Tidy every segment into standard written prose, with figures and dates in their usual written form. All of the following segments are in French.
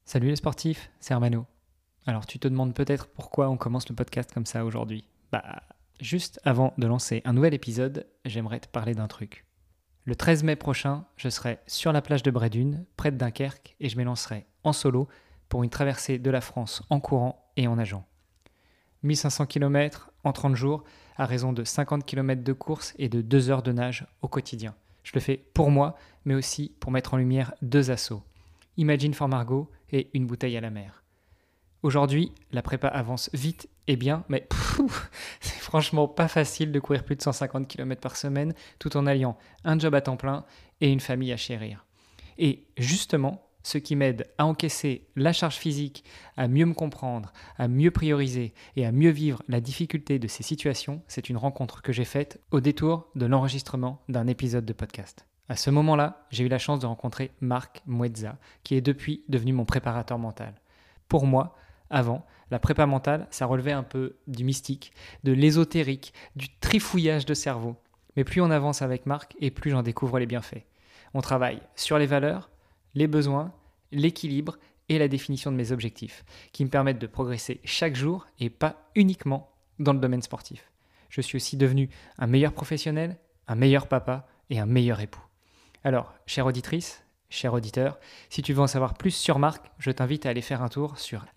Salut les sportifs, c'est Armano. Alors tu te demandes peut-être pourquoi on commence le podcast comme ça aujourd'hui. Juste avant de lancer un nouvel épisode, j'aimerais te parler d'un truc. Le 13 mai prochain, je serai sur la plage de Brédune, près de Dunkerque, et je m'élancerai en solo pour une traversée de la France en courant et en nageant. 1500 km en 30 jours, à raison de 50 km de course et de 2 heures de nage au quotidien. Je le fais pour moi, mais aussi pour mettre en lumière 2 assos. Imagine for Margot et une bouteille à la mer. Aujourd'hui, la prépa avance vite et bien, mais c'est franchement pas facile de courir plus de 150 km par semaine tout en alliant un job à temps plein et une famille à chérir. Et justement, ce qui m'aide à encaisser la charge physique, à mieux me comprendre, à mieux prioriser et à mieux vivre la difficulté de ces situations, c'est une rencontre que j'ai faite au détour de l'enregistrement d'un épisode de podcast. À ce moment-là, j'ai eu la chance de rencontrer Marc Mouedza, qui est depuis devenu mon préparateur mental. Pour moi, avant, la prépa mentale, ça relevait un peu du mystique, de l'ésotérique, du trifouillage de cerveau. Mais plus on avance avec Marc et plus j'en découvre les bienfaits. On travaille sur les valeurs, les besoins, l'équilibre et la définition de mes objectifs, qui me permettent de progresser chaque jour et pas uniquement dans le domaine sportif. Je suis aussi devenu un meilleur professionnel, un meilleur papa et un meilleur époux. Alors, chère auditrice, cher auditeur, si tu veux en savoir plus sur Marc, je t'invite à aller faire un tour sur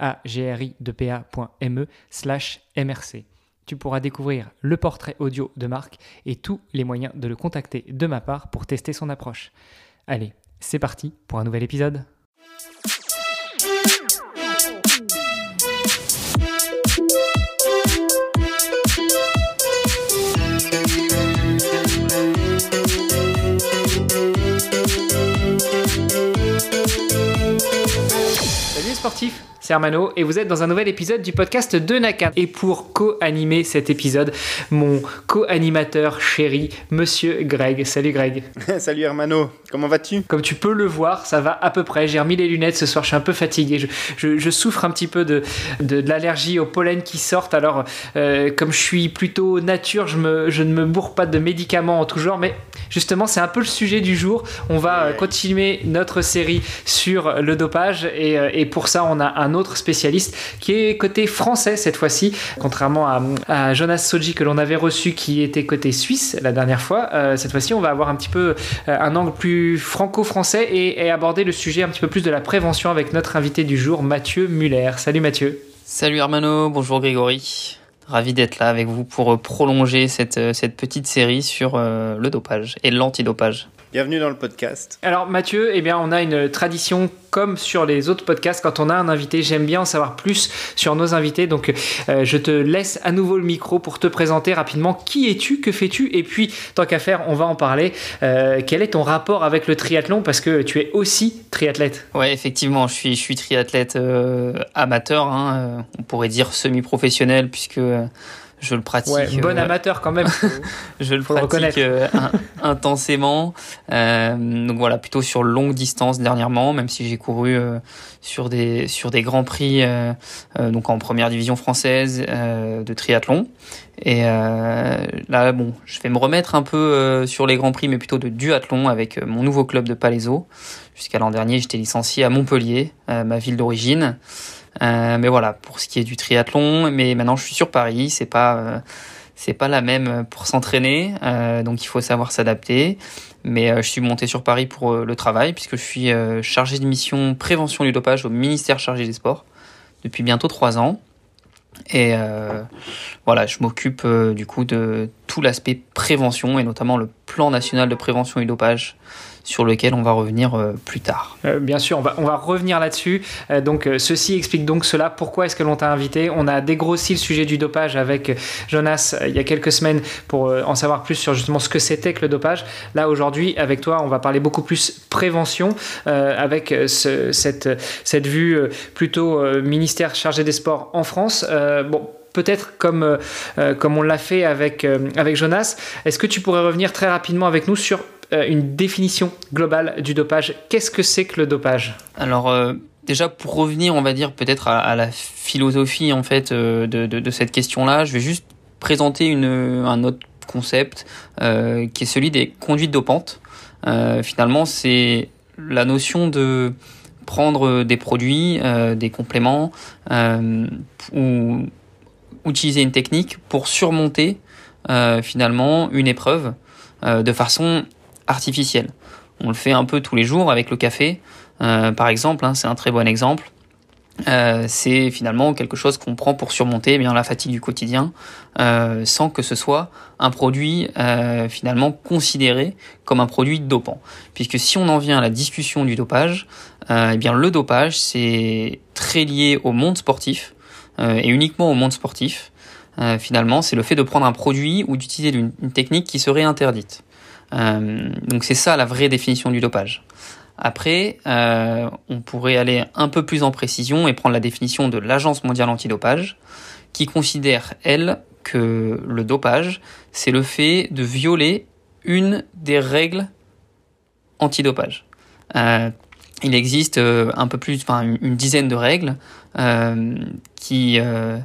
agri2pa.me/mrc. Tu pourras découvrir le portrait audio de Marc et tous les moyens de le contacter de ma part pour tester son approche. Allez, c'est parti pour un nouvel épisode. Salut les sportifs, c'est Armano et vous êtes dans un nouvel épisode du podcast de Nakan. Et pour co-animer cet épisode, mon co-animateur chéri, Monsieur Greg. Salut Greg. Salut Armano, comment vas-tu ? Comme tu peux le voir, ça va à peu près. J'ai remis les lunettes ce soir, je suis un peu fatigué. Je souffre un petit peu de l'allergie au pollen qui sortent. Alors, comme je suis plutôt nature, je ne me bourre pas de médicaments en tout genre. Mais justement, c'est un peu le sujet du jour. On va continuer notre série sur le dopage. Et pour ça, on a un autre spécialiste qui est côté français cette fois-ci. Contrairement à Jonas Soji que l'on avait reçu qui était côté suisse la dernière fois. Cette fois-ci, on va avoir un petit peu un angle plus franco-français et aborder le sujet un petit peu plus de la prévention avec notre invité du jour, Mathieu Muller. Salut Mathieu. Salut Armano, bonjour Grégory. Ravi d'être là avec vous pour prolonger cette petite série sur le dopage et l'antidopage. Bienvenue dans le podcast. Alors Mathieu, on a une tradition comme sur les autres podcasts. Quand on a un invité, j'aime bien en savoir plus sur nos invités. Donc je te laisse à nouveau le micro pour te présenter rapidement. Qui es-tu ? Que fais-tu ? Et puis, tant qu'à faire, on va en parler. Quel est ton rapport avec le triathlon ? Parce que tu es aussi triathlète. Ouais, effectivement, je suis triathlète amateur. On pourrait dire semi-professionnel puisque... je le pratique. Ouais, bon amateur quand même. Je le pratique intensément. Donc voilà, plutôt sur longue distance dernièrement, même si j'ai couru sur des grands prix, donc en première division française de triathlon. Et là, bon, je vais me remettre un peu sur les grands prix, mais plutôt de duathlon avec mon nouveau club de Palaiseau. Jusqu'à l'an dernier, j'étais licencié à Montpellier, ma ville d'origine. Mais voilà, pour ce qui est du triathlon, mais maintenant je suis sur Paris, c'est pas la même pour s'entraîner, donc il faut savoir s'adapter. Mais je suis monté sur Paris pour le travail, puisque je suis chargé de mission prévention du dopage au ministère chargé des sports depuis bientôt 3 ans. Et voilà, je m'occupe du coup de tout l'aspect prévention et notamment le plan national de prévention du dopage sur lequel on va revenir plus tard. Bien sûr, on va revenir là-dessus. Donc, ceci explique donc cela. Pourquoi est-ce que l'on t'a invité ? On a dégrossi le sujet du dopage avec Jonas il y a quelques semaines pour en savoir plus sur justement ce que c'était que le dopage. Là, aujourd'hui, avec toi, on va parler beaucoup plus prévention avec cette vue plutôt ministère chargé des sports en France. Peut-être comme on l'a fait avec Jonas, est-ce que tu pourrais revenir très rapidement avec nous sur une définition globale du dopage ? Qu'est-ce que c'est que le dopage ? Alors déjà pour revenir, on va dire peut-être à la philosophie en fait de cette question-là, je vais juste présenter un autre concept qui est celui des conduites dopantes. Finalement, c'est la notion de prendre des produits, des compléments ou utiliser une technique pour surmonter finalement une épreuve de façon artificielle. On le fait un peu tous les jours avec le café, par exemple, hein, c'est un très bon exemple. C'est finalement quelque chose qu'on prend pour surmonter la fatigue du quotidien sans que ce soit un produit finalement considéré comme un produit dopant. Puisque si on en vient à la discussion du dopage, le dopage c'est très lié au monde sportif et uniquement au monde sportif. Finalement, c'est le fait de prendre un produit ou d'utiliser une technique qui serait interdite. Donc c'est ça la vraie définition du dopage. Après, on pourrait aller un peu plus en précision et prendre la définition de l'Agence mondiale antidopage, qui considère, elle, que le dopage, c'est le fait de violer une des règles antidopage. Il existe une dizaine de règles qui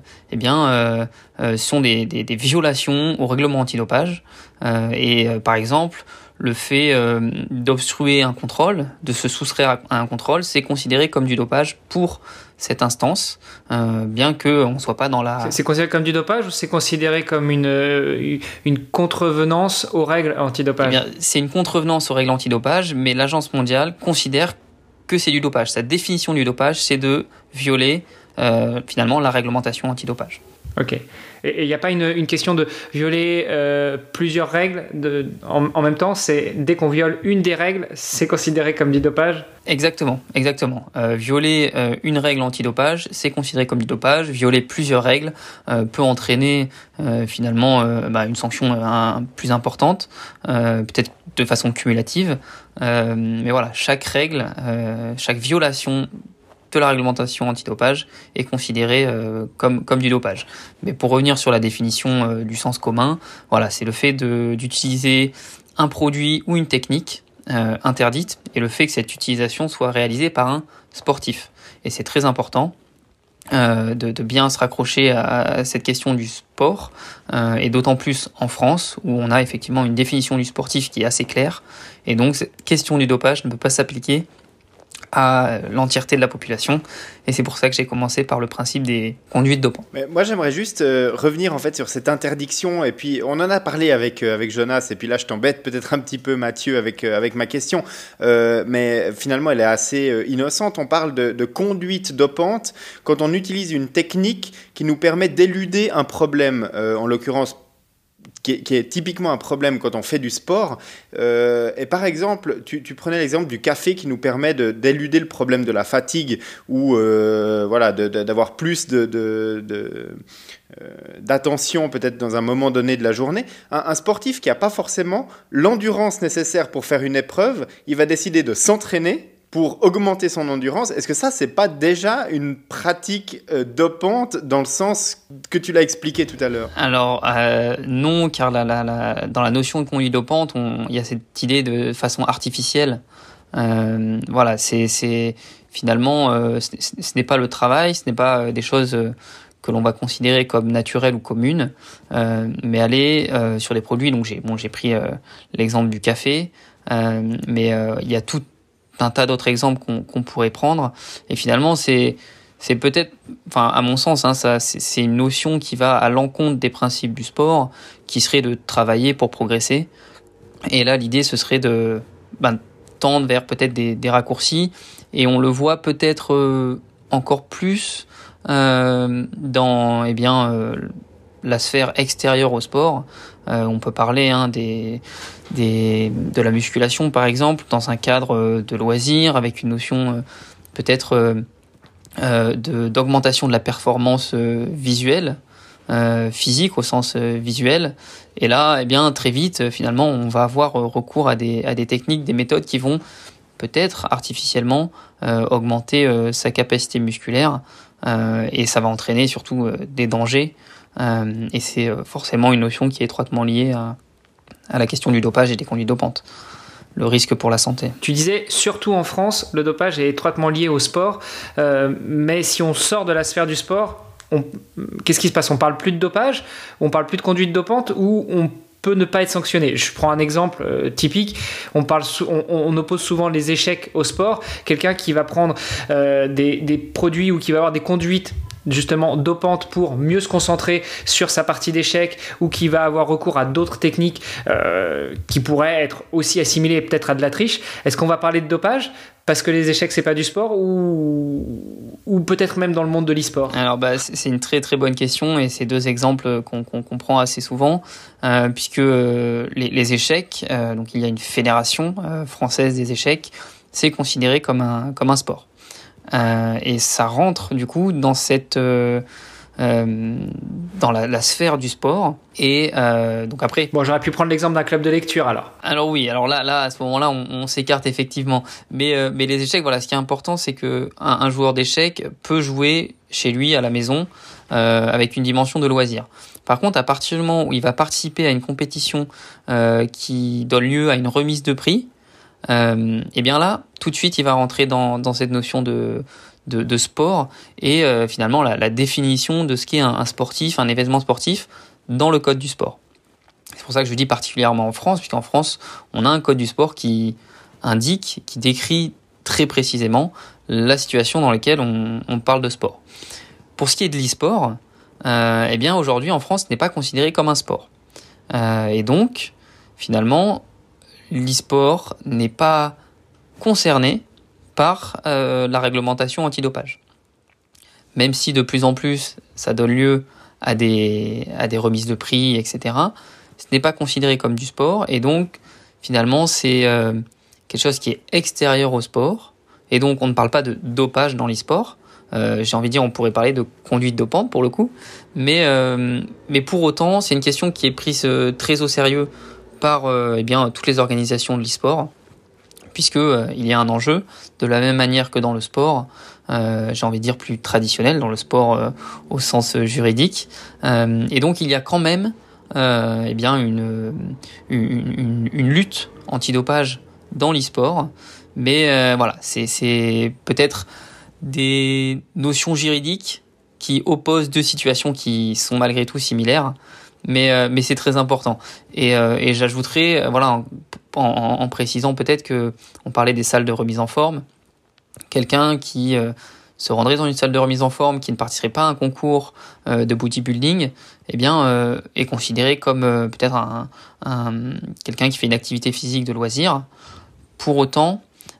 sont des violations au règlement antidopage. Par exemple, le fait d'obstruer un contrôle, de se soustraire à un contrôle, c'est considéré comme du dopage pour cette instance, bien qu'on ne soit pas dans la... C'est considéré comme du dopage ou c'est considéré comme une contrevenance aux règles antidopage ? C'est une contrevenance aux règles antidopage, mais l'Agence mondiale considère que c'est du dopage. Sa définition du dopage, c'est de violer finalement la réglementation antidopage. Ok. Et il n'y a pas une question de violer plusieurs règles en même temps, c'est dès qu'on viole une des règles, c'est considéré comme du dopage ? Exactement. Violer une règle antidopage, c'est considéré comme du dopage. Violer plusieurs règles peut entraîner une sanction plus importante, peut-être de façon cumulative. Mais voilà, chaque règle, chaque violation de la réglementation antidopage est considérée comme du dopage. Mais pour revenir sur la définition du sens commun, voilà, c'est le fait d'utiliser un produit ou une technique interdite et le fait que cette utilisation soit réalisée par un sportif. Et c'est très important de bien se raccrocher à cette question du sport et d'autant plus en France où on a effectivement une définition du sportif qui est assez claire et donc cette question du dopage ne peut pas s'appliquer à l'entièreté de la population et c'est pour ça que j'ai commencé par le principe des conduites dopantes. Mais moi j'aimerais juste revenir en fait sur cette interdiction et puis on en a parlé avec Jonas et puis là je t'embête peut-être un petit peu Mathieu avec ma question mais finalement elle est assez innocente. On parle de conduite dopante quand on utilise une technique qui nous permet d'éluder un problème en l'occurrence qui est typiquement un problème quand on fait du sport. Et par exemple, tu prenais l'exemple du café qui nous permet d'éluder le problème de la fatigue ou d'avoir plus d'attention peut-être dans un moment donné de la journée. Un sportif qui n'a pas forcément l'endurance nécessaire pour faire une épreuve, il va décider de s'entraîner pour augmenter son endurance. Est-ce que ça, c'est pas déjà une pratique dopante dans le sens que tu l'as expliqué tout à l'heure ? Alors, non, car dans la notion de conduite dopante, il y a cette idée de façon artificielle. C'est finalement, ce n'est pas le travail, ce n'est pas des choses que l'on va considérer comme naturelles ou communes, mais aller sur des produits. Donc, j'ai pris l'exemple du café, mais il y a tout un tas d'autres exemples qu'on pourrait prendre et finalement c'est peut-être, à mon sens, c'est une notion qui va à l'encontre des principes du sport qui serait de travailler pour progresser et là l'idée ce serait de tendre vers peut-être des raccourcis et on le voit peut-être encore plus dans la sphère extérieure au sport. On peut parler de la musculation par exemple dans un cadre de loisirs avec une notion peut-être d'augmentation de la performance visuelle, physique au sens visuel et là très vite finalement on va avoir recours à des techniques, des méthodes qui vont peut-être artificiellement augmenter sa capacité musculaire et ça va entraîner surtout des dangers. Et c'est forcément une notion qui est étroitement liée à la question du dopage et des conduites dopantes, le risque pour la santé. Tu disais, surtout en France, le dopage est étroitement lié au sport, mais si on sort de la sphère du sport, qu'est-ce qui se passe ? On parle plus de dopage, on parle plus de conduite dopante ou on peut ne pas être sanctionné. Je prends un exemple typique. On oppose souvent les échecs au sport. Quelqu'un qui va prendre des produits ou qui va avoir des conduites justement dopantes pour mieux se concentrer sur sa partie d'échecs, ou qui va avoir recours à d'autres techniques qui pourraient être aussi assimilées peut-être à de la triche. Est-ce qu'on va parler de dopage parce que les échecs c'est pas du sport, ou peut-être même dans le monde de l'e-sport? Alors c'est une très très bonne question, et c'est deux exemples qu'on prend assez souvent, puisque les échecs, donc il y a une fédération française des échecs, c'est considéré comme un sport. Et ça rentre du coup dans cette dans la sphère du sport. Et donc après, bon, j'aurais pu prendre l'exemple d'un club de lecture alors oui, alors là à ce moment-là on s'écarte effectivement, mais les échecs, voilà, ce qui est important, c'est que un joueur d'échecs peut jouer chez lui à la maison avec une dimension de loisir. Par contre, à partir du moment où il va participer à une compétition qui donne lieu à une remise de prix, et bien là, tout de suite, il va rentrer dans cette notion de sport, et finalement la définition de ce qu'est un sportif, un événement sportif dans le code du sport. C'est pour ça que je dis particulièrement en France, puisqu'en France, on a un code du sport qui décrit très précisément la situation dans laquelle on parle de sport. Pour ce qui est de l'e-sport, eh bien aujourd'hui en France, ce n'est pas considéré comme un sport. Et donc, finalement, l'e-sport n'est pas concerné par la réglementation antidopage. Même si de plus en plus ça donne lieu à des remises de prix, etc., ce n'est pas considéré comme du sport, et donc finalement c'est quelque chose qui est extérieur au sport, et donc on ne parle pas de dopage dans l'e-sport. J'ai envie de dire, on pourrait parler de conduite dopante pour le coup, mais pour autant c'est une question qui est prise très au sérieux par toutes les organisations de l'e-sport, puisque il y a un enjeu, de la même manière que dans le sport, j'ai envie de dire plus traditionnel, dans le sport au sens juridique, et donc il y a quand même une lutte antidopage dans l'e-sport, mais voilà, c'est peut-être des notions juridiques qui opposent deux situations qui sont malgré tout similaires, mais c'est très important. Et j'ajouterais, voilà, en précisant peut-être que on parlait des salles de remise en forme. Quelqu'un qui se rendrait dans une salle de remise en forme, qui ne participerait pas à un concours de bodybuilding, eh bien, est considéré comme peut-être quelqu'un qui fait une activité physique de loisir. Pour autant,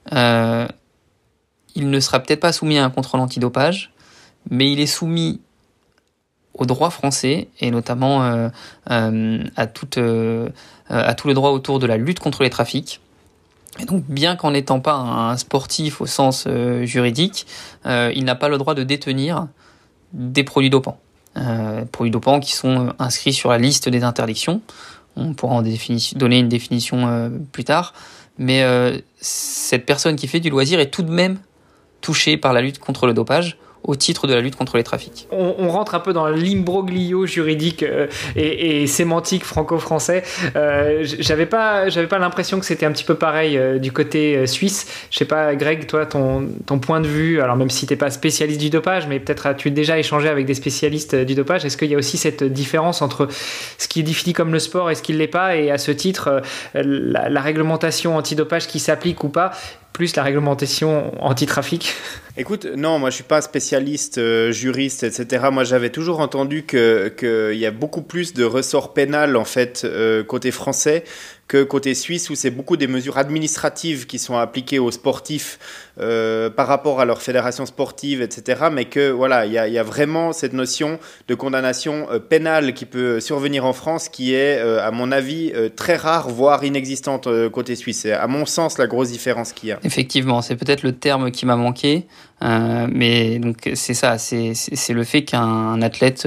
il ne sera peut-être pas soumis à un contrôle antidopage, mais il est soumis au droit français, et notamment à tout le droit autour de la lutte contre les trafics. Et donc, bien qu'en n'étant pas un sportif au sens juridique, il n'a pas le droit de détenir des produits dopants. Produits dopants qui sont inscrits sur la liste des interdictions. On pourra donner une définition plus tard. Mais cette personne qui fait du loisir est tout de même touchée par la lutte contre le dopage, au titre de la lutte contre les trafics. On rentre un peu dans l'imbroglio juridique et sémantique franco-français. J'avais pas l'impression que c'était un petit peu pareil du côté suisse. Je sais pas, Greg, toi, ton point de vue, alors même si t'es pas spécialiste du dopage, mais peut-être as-tu déjà échangé avec des spécialistes du dopage. Est-ce qu'il y a aussi cette différence entre ce qui est défini comme le sport et ce qui ne l'est pas, et à ce titre, la réglementation antidopage qui s'applique ou pas, plus la réglementation anti-trafic? Écoute, non, moi je suis pas spécialiste, juriste, etc. Moi j'avais toujours entendu qu'il y a beaucoup plus de ressort pénal en fait côté français que côté suisse, où c'est beaucoup des mesures administratives qui sont appliquées aux sportifs par rapport à leur fédération sportive, etc. Mais que voilà, il y a vraiment cette notion de condamnation pénale qui peut survenir en France, qui est à mon avis très rare, voire inexistante côté suisse. C'est à mon sens la grosse différence qu'il y a. Effectivement, c'est peut-être le terme qui m'a manqué. Mais donc c'est ça, c'est le fait qu'un athlète,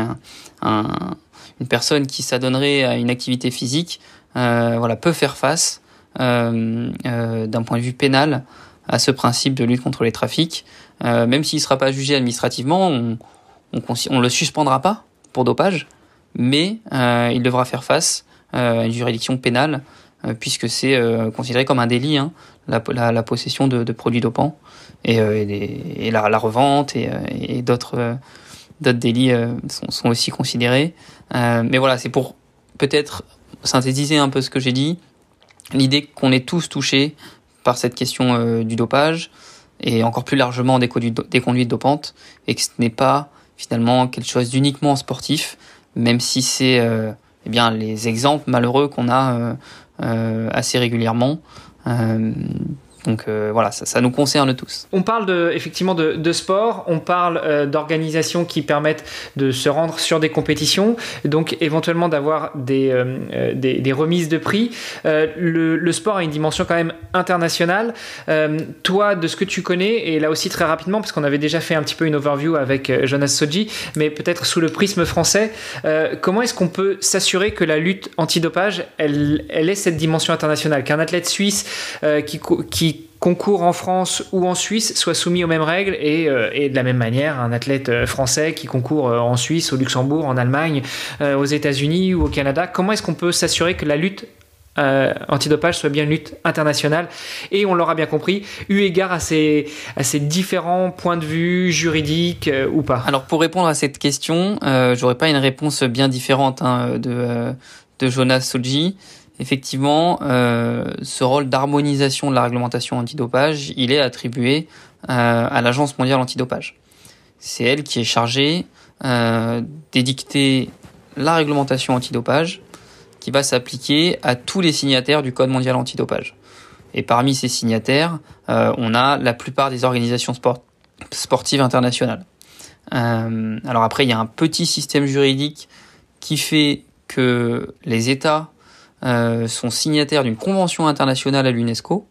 une personne qui s'adonnerait à une activité physique, peut faire face d'un point de vue pénal à ce principe de lutte contre les trafics, même s'il ne sera pas jugé administrativement, on le suspendra pas pour dopage, mais il devra faire face à une juridiction pénale, puisque c'est considéré comme un délit, la possession de produits dopants, et la revente et d'autres délits sont aussi considérés. Mais voilà, c'est pour peut-être synthétiser un peu ce que j'ai dit, l'idée qu'on est tous touchés par cette question du dopage et encore plus largement des conduites dopantes, et que ce n'est pas finalement quelque chose d'uniquement sportif, même si c'est les exemples malheureux qu'on a assez régulièrement. Donc voilà, ça nous concerne tous. On parle effectivement de sport, on parle d'organisations qui permettent de se rendre sur des compétitions, donc éventuellement d'avoir des remises de prix. Le sport a une dimension quand même internationale. Toi, de ce que tu connais, et là aussi très rapidement, parce qu'on avait déjà fait un petit peu une overview avec Jonas Soggi, mais peut-être sous le prisme français, comment est-ce qu'on peut s'assurer que la lutte antidopage, elle ait cette dimension internationale, qu'un athlète suisse qui concourt en France ou en Suisse soit soumis aux mêmes règles et de la même manière un athlète français qui concourt en Suisse, au Luxembourg, en Allemagne, aux États-Unis ou au Canada, comment est-ce qu'on peut s'assurer que la lutte antidopage soit bien une lutte internationale et on l'aura bien compris, eu égard à ces différents points de vue juridiques ou pas? Alors pour répondre à cette question, j'aurais pas une réponse bien différente de Jonas Soggi. Effectivement, ce rôle d'harmonisation de la réglementation antidopage, il est attribué à l'Agence mondiale antidopage. C'est elle qui est chargée d'édicter la réglementation antidopage qui va s'appliquer à tous les signataires du Code mondial antidopage. Et parmi ces signataires, on a la plupart des organisations sportives internationales. Alors après, il y a un petit système juridique qui fait que les États sont signataires d'une convention internationale à l'UNESCO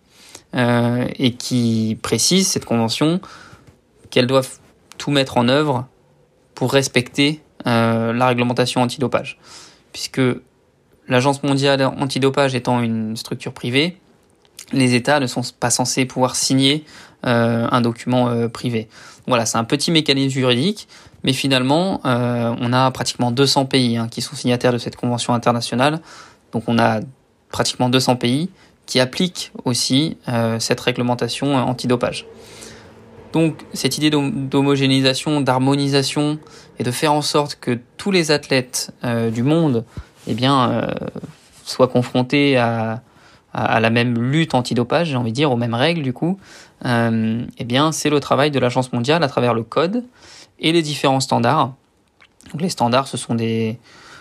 et qui précise, cette convention, qu'elles doivent tout mettre en œuvre pour respecter la réglementation antidopage. Puisque l'Agence mondiale antidopage étant une structure privée, les États ne sont pas censés pouvoir signer un document privé. Voilà, c'est un petit mécanisme juridique, mais finalement, on a pratiquement 200 pays qui sont signataires de cette convention internationale. Donc on a pratiquement 200 pays qui appliquent aussi cette réglementation antidopage. Donc cette idée d'homogénéisation, d'harmonisation et de faire en sorte que tous les athlètes du monde soient confrontés à la même lutte antidopage, j'ai envie de dire, aux mêmes règles du coup, c'est le travail de l'Agence mondiale à travers le code et les différents standards. Donc les standards, ce sont des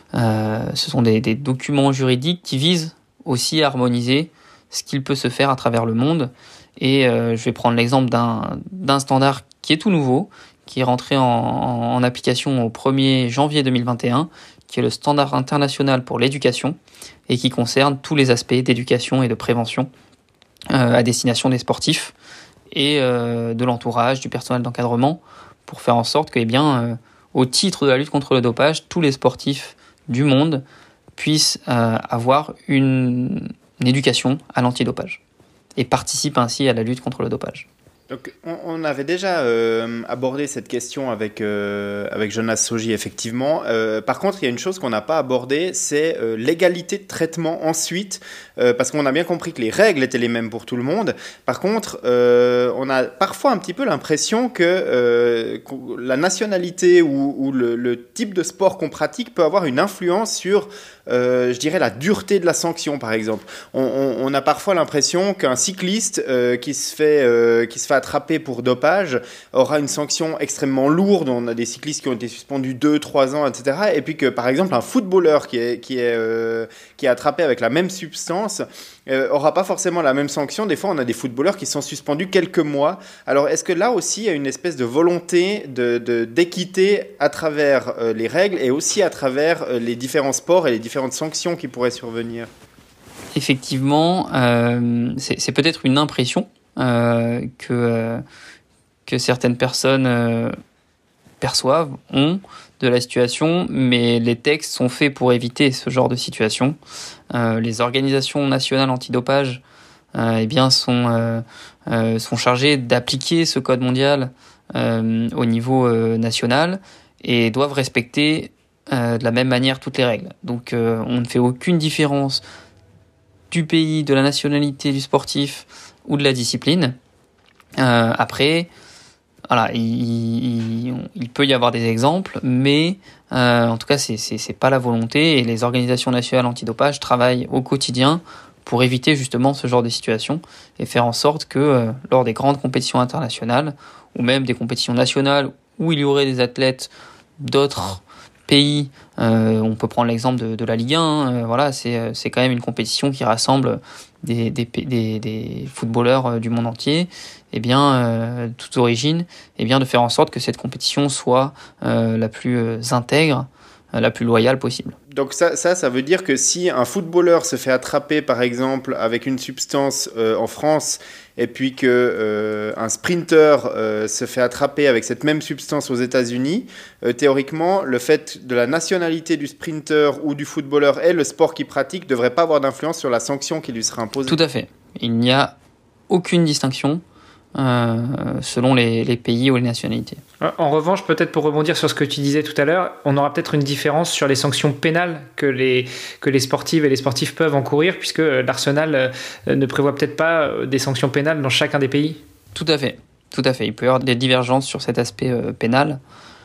documents juridiques qui visent aussi à harmoniser ce qu'il peut se faire à travers le monde. Et je vais prendre l'exemple d'un standard qui est tout nouveau, qui est rentré en application au 1er janvier 2021, qui est le standard international pour l'éducation et qui concerne tous les aspects d'éducation et de prévention à destination des sportifs et de l'entourage, du personnel d'encadrement, pour faire en sorte que, au titre de la lutte contre le dopage, tous les sportifs du monde puissent avoir une éducation à l'antidopage et participent ainsi à la lutte contre le dopage. Donc, on avait déjà abordé cette question avec Jonas Soggi, effectivement. Par contre, il y a une chose qu'on n'a pas abordée, c'est l'égalité de traitement ensuite, parce qu'on a bien compris que les règles étaient les mêmes pour tout le monde. Par contre, on a parfois un petit peu l'impression que la nationalité ou le type de sport qu'on pratique peut avoir une influence sur, je dirais, la dureté de la sanction, par exemple. On a parfois l'impression qu'un cycliste qui se fait attraper pour dopage aura une sanction extrêmement lourde. On a des cyclistes qui ont été suspendus 2-3 ans, etc. Et puis que, par exemple, un footballeur qui est attrapé avec la même substance aura pas forcément la même sanction. Des fois, on a des footballeurs qui sont suspendus quelques mois. Alors, est-ce que là aussi, il y a une espèce de volonté d'équité à travers les règles et aussi à travers les différents sports et les différentes sanctions qui pourraient survenir? Effectivement, c'est peut-être une impression que certaines personnes perçoivent, ont de la situation, mais les textes sont faits pour éviter ce genre de situation. Les organisations nationales antidopage sont chargées d'appliquer ce code mondial au niveau national et doivent respecter de la même manière toutes les règles. Donc on ne fait aucune différence du pays, de la nationalité du sportif ou de la discipline. Après, voilà, il peut y avoir des exemples, mais en tout cas, c'est pas la volonté. Et les organisations nationales antidopage travaillent au quotidien pour éviter justement ce genre de situation et faire en sorte que lors des grandes compétitions internationales ou même des compétitions nationales où il y aurait des athlètes d'autres pays, on peut prendre l'exemple de la Ligue 1, voilà, c'est quand même une compétition qui rassemble des footballeurs du monde entier, et bien toutes origines, et bien de faire en sorte que cette compétition soit la plus intègre, la plus loyale possible. Donc ça veut dire que si un footballeur se fait attraper par exemple avec une substance en France et puis que un sprinter se fait attraper avec cette même substance aux États-Unis, théoriquement le fait de la nationalité du sprinter ou du footballeur et le sport qu'il pratique ne devrait pas avoir d'influence sur la sanction qui lui sera imposée. Tout à fait. Il n'y a aucune distinction selon les pays ou les nationalités. En revanche, peut-être pour rebondir sur ce que tu disais tout à l'heure, on aura peut-être une différence sur les sanctions pénales que les sportives et les sportifs peuvent encourir, puisque l'Arsenal ne prévoit peut-être pas des sanctions pénales dans chacun des pays. Tout à fait. Il peut y avoir des divergences sur cet aspect pénal.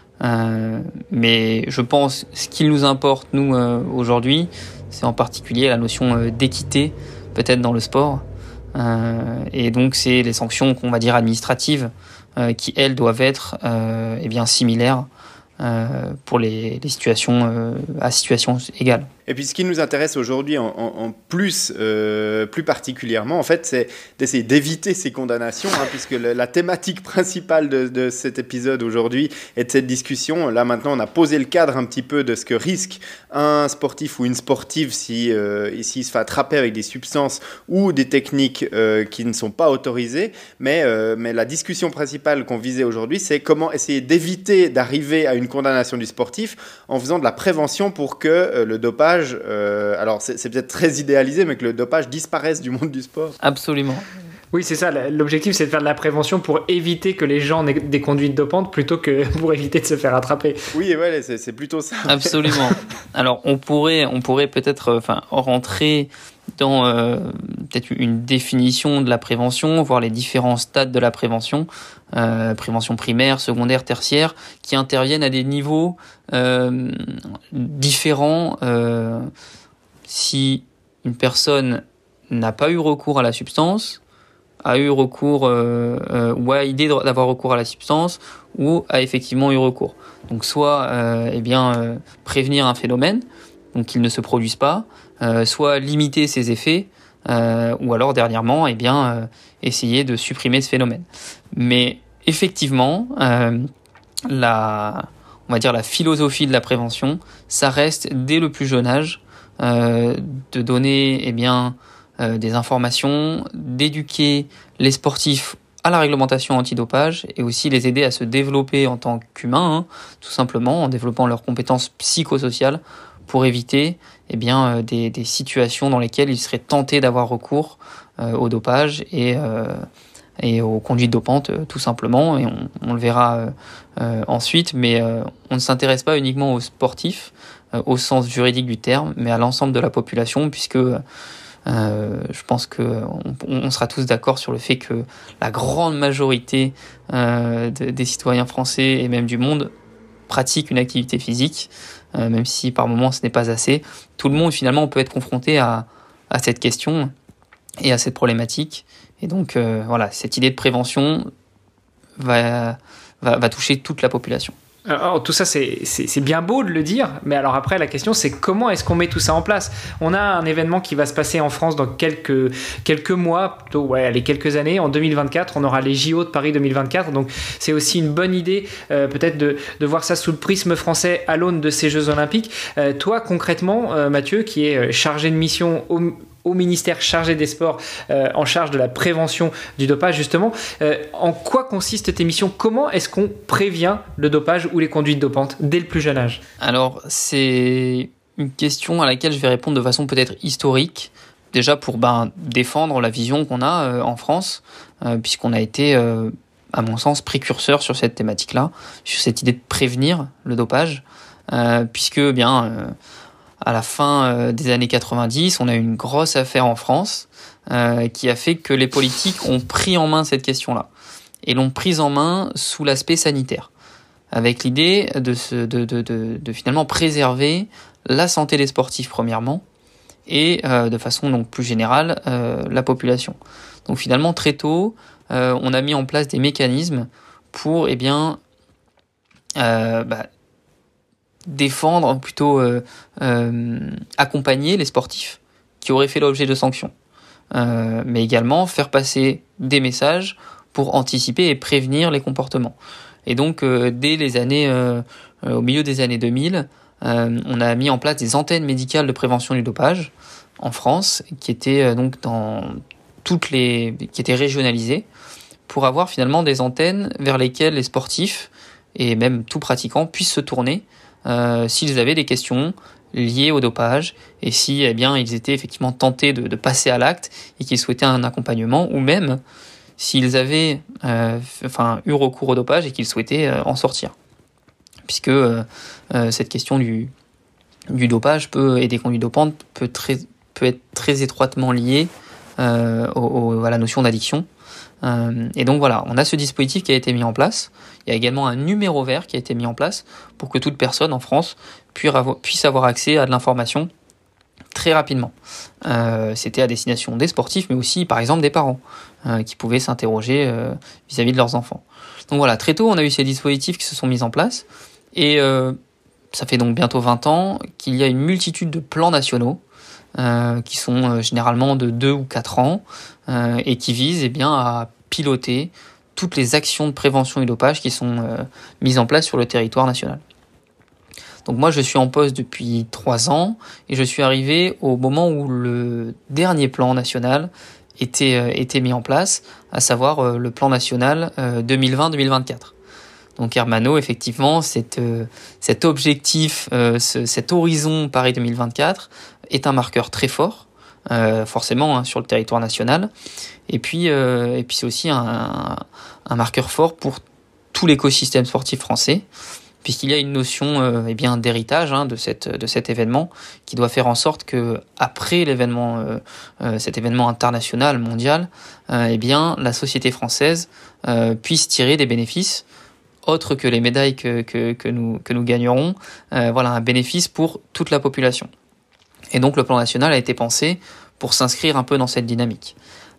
Mais je pense ce qu'il nous importe, nous, aujourd'hui, c'est en particulier la notion d'équité, peut-être dans le sport. Et donc c'est les sanctions qu'on va dire administratives qui elles doivent être similaires pour les situations à situation égale. Et puis ce qui nous intéresse aujourd'hui en plus, plus particulièrement, en fait, c'est d'essayer d'éviter ces condamnations, puisque la thématique principale de cet épisode aujourd'hui et de cette discussion, là maintenant on a posé le cadre un petit peu de ce que risque un sportif ou une sportive s'il se fait attraper avec des substances ou des techniques qui ne sont pas autorisées, mais la discussion principale qu'on visait aujourd'hui, c'est comment essayer d'éviter d'arriver à une condamnation du sportif en faisant de la prévention pour que le dopage, alors c'est peut-être très idéalisé, mais que le dopage disparaisse du monde du sport. Absolument. Oui, c'est ça. L'objectif, c'est de faire de la prévention pour éviter que les gens aient des conduites dopantes plutôt que pour éviter de se faire attraper. Oui, ouais, c'est plutôt ça. Absolument. Alors, on pourrait peut-être rentrer dans peut-être une définition de la prévention, voir les différents stades de la prévention, prévention primaire, secondaire, tertiaire, qui interviennent à des niveaux différents. Si une personne n'a pas eu recours à la substance, a eu recours ou a idée d'avoir recours à la substance, ou a effectivement eu recours. Donc soit prévenir un phénomène, donc qu'il ne se produise pas, soit limiter ses effets, ou alors dernièrement essayer de supprimer ce phénomène. Mais effectivement, la philosophie de la prévention, ça reste dès le plus jeune âge de donner des informations, d'éduquer les sportifs à la réglementation antidopage et aussi les aider à se développer en tant qu'humains, tout simplement en développant leurs compétences psychosociales pour éviter des situations dans lesquelles ils seraient tentés d'avoir recours au dopage et aux conduites dopantes, tout simplement. Et on le verra ensuite, mais on ne s'intéresse pas uniquement aux sportifs au sens juridique du terme, mais à l'ensemble de la population, puisque je pense qu'on sera tous d'accord sur le fait que la grande majorité des citoyens français et même du monde pratiquent une activité physique, même si par moments ce n'est pas assez. Tout le monde finalement peut être confronté à cette question et à cette problématique. Et donc cette idée de prévention va toucher toute la population. Alors, tout ça, c'est bien beau de le dire, mais alors après, la question, c'est comment est-ce qu'on met tout ça en place ? On a un événement qui va se passer en France dans quelques mois, plutôt, quelques années. En 2024, on aura les JO de Paris 2024. Donc, c'est aussi une bonne idée, peut-être, de voir ça sous le prisme français à l'aune de ces Jeux Olympiques. Toi, concrètement, Mathieu, qui est chargé de mission au ministère chargé des sports, en charge de la prévention du dopage, justement. En quoi consistent tes missions ? Comment est-ce qu'on prévient le dopage ou les conduites dopantes dès le plus jeune âge ? Alors, c'est une question à laquelle je vais répondre de façon peut-être historique. Déjà pour défendre la vision qu'on a en France, puisqu'on a été, à mon sens, précurseur sur cette thématique-là, sur cette idée de prévenir le dopage, puisque à la fin des années 90, on a eu une grosse affaire en France qui a fait que les politiques ont pris en main cette question-là. et l'ont prise en main sous l'aspect sanitaire, avec l'idée de finalement préserver la santé des sportifs premièrement, et de façon donc plus générale la population. Donc finalement très tôt, on a mis en place des mécanismes pour défendre, plutôt accompagner les sportifs qui auraient fait l'objet de sanctions, mais également faire passer des messages pour anticiper et prévenir les comportements. Et donc dès les années, au milieu des années 2000, on a mis en place des antennes médicales de prévention du dopage en France, qui étaient qui étaient régionalisées, pour avoir finalement des antennes vers lesquelles les sportifs et même tout pratiquant puissent se tourner s'ils avaient des questions liées au dopage, et si ils étaient effectivement tentés de passer à l'acte et qu'ils souhaitaient un accompagnement, ou même s'ils avaient eu recours au dopage et qu'ils souhaitaient en sortir. Puisque cette question du dopage et des conduites dopantes peut être très étroitement liée à la notion d'addiction. Et donc voilà, on a ce dispositif qui a été mis en place. Il y a également un numéro vert qui a été mis en place pour que toute personne en France puisse avoir accès à de l'information très rapidement. C'était à destination des sportifs, mais aussi par exemple des parents qui pouvaient s'interroger vis-à-vis de leurs enfants. Donc voilà, très tôt on a eu ces dispositifs qui se sont mis en place, et ça fait donc bientôt 20 ans qu'il y a une multitude de plans nationaux qui sont généralement de 2 ou 4 ans et qui visent à piloter toutes les actions de prévention du dopage qui sont mises en place sur le territoire national. Donc moi je suis en poste depuis 3 ans et je suis arrivé au moment où le dernier plan national était mis en place, à savoir le plan national 2020-2024. Donc Hermano, effectivement, cet objectif, cet horizon Paris 2024 est un marqueur très fort, forcément sur le territoire national, et puis c'est aussi un marqueur fort pour tout l'écosystème sportif français, puisqu'il y a une notion d'héritage de cet événement qui doit faire en sorte que après l'événement, cet événement international mondial, la société française puisse tirer des bénéfices autres que les médailles que nous gagnerons, un bénéfice pour toute la population. Et donc le plan national a été pensé pour s'inscrire un peu dans cette dynamique.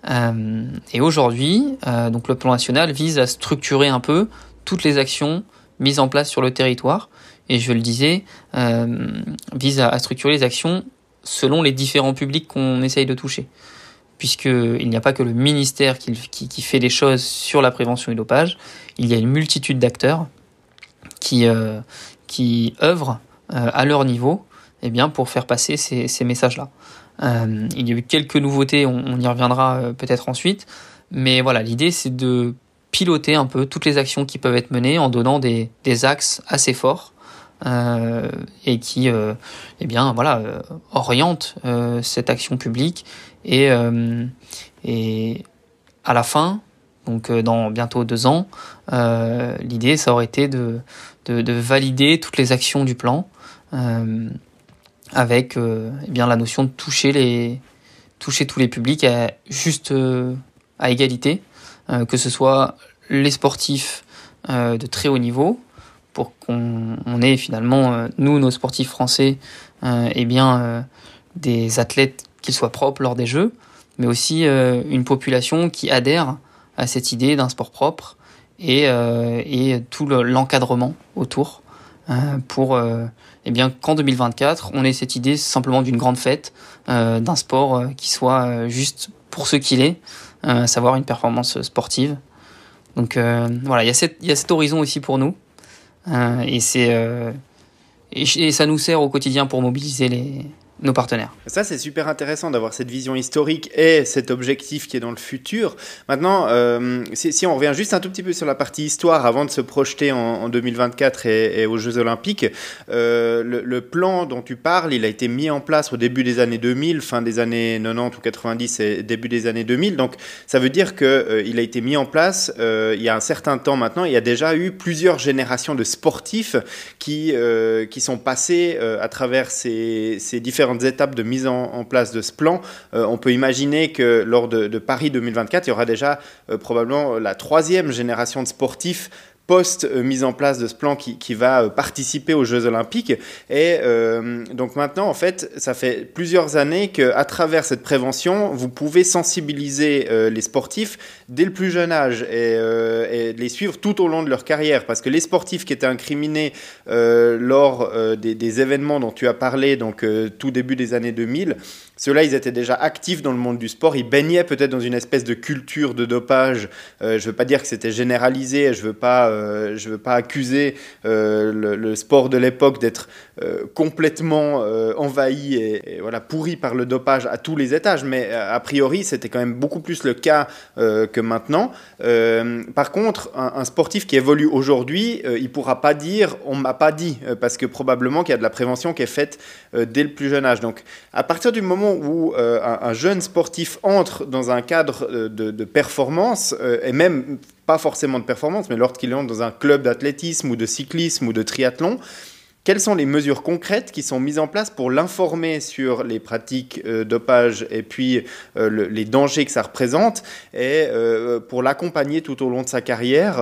Et aujourd'hui, donc le plan national vise à structurer un peu toutes les actions mises en place sur le territoire, et je le disais, vise à structurer les actions selon les différents publics qu'on essaye de toucher. Puisqu'il n'y a pas que le ministère qui fait des choses sur la prévention du dopage, il y a une multitude d'acteurs qui œuvrent à leur niveau pour faire passer ces messages-là. Il y a eu quelques nouveautés, on y reviendra peut-être ensuite, mais voilà, l'idée c'est de piloter un peu toutes les actions qui peuvent être menées en donnant des axes assez forts et qui orientent cette action publique, et à la fin, donc dans bientôt 2 ans, l'idée ça aurait été de valider toutes les actions du plan avec la notion de toucher tous les publics à égalité, que ce soit les sportifs de très haut niveau, pour qu'on ait finalement, nos sportifs français, des athlètes qu'ils soient propres lors des Jeux, mais aussi une population qui adhère à cette idée d'un sport propre, et tout l'encadrement autour, pour qu'en 2024, on ait cette idée simplement d'une grande fête, d'un sport qui soit juste pour ce qu'il est, à savoir une performance sportive. Donc il y a cet horizon aussi pour nous, et ça nous sert au quotidien pour mobiliser nos partenaires. Ça, c'est super intéressant d'avoir cette vision historique et cet objectif qui est dans le futur. Maintenant, si on revient juste un tout petit peu sur la partie histoire avant de se projeter en 2024 et aux Jeux Olympiques, le plan dont tu parles, il a été mis en place au début des années 2000, fin des années 90 ou 90 et début des années 2000. Donc, ça veut dire qu'il a été mis en place il y a un certain temps maintenant. Il y a déjà eu plusieurs générations de sportifs qui sont passés à travers ces différentes différentes étapes de mise en place de ce plan, on peut imaginer que lors de Paris 2024, il y aura déjà probablement la 3e génération de sportifs post-mise en place de ce plan qui va participer aux Jeux Olympiques. Et donc maintenant, en fait, ça fait plusieurs années qu'à travers cette prévention, vous pouvez sensibiliser les sportifs dès le plus jeune âge et les suivre tout au long de leur carrière. Parce que les sportifs qui étaient incriminés lors des événements dont tu as parlé, donc tout début des années 2000, ceux-là, ils étaient déjà actifs dans le monde du sport. Ils baignaient peut-être dans une espèce de culture de dopage. Je ne veux pas dire que c'était généralisé. Je ne veux pas accuser le sport de l'époque d'être complètement envahi et voilà, pourri par le dopage à tous les étages. Mais a priori, c'était quand même beaucoup plus le cas que maintenant. Par contre, un sportif qui évolue aujourd'hui, il ne pourra pas dire « on ne m'a pas dit » parce que probablement qu'il y a de la prévention qui est faite dès le plus jeune âge. Donc, à partir du moment où un jeune sportif entre dans un cadre de performance, et même pas forcément de performance, mais lorsqu'il entre dans un club d'athlétisme ou de cyclisme ou de triathlon, quelles sont les mesures concrètes qui sont mises en place pour l'informer sur les pratiques dopage et puis les dangers que ça représente et pour l'accompagner tout au long de sa carrière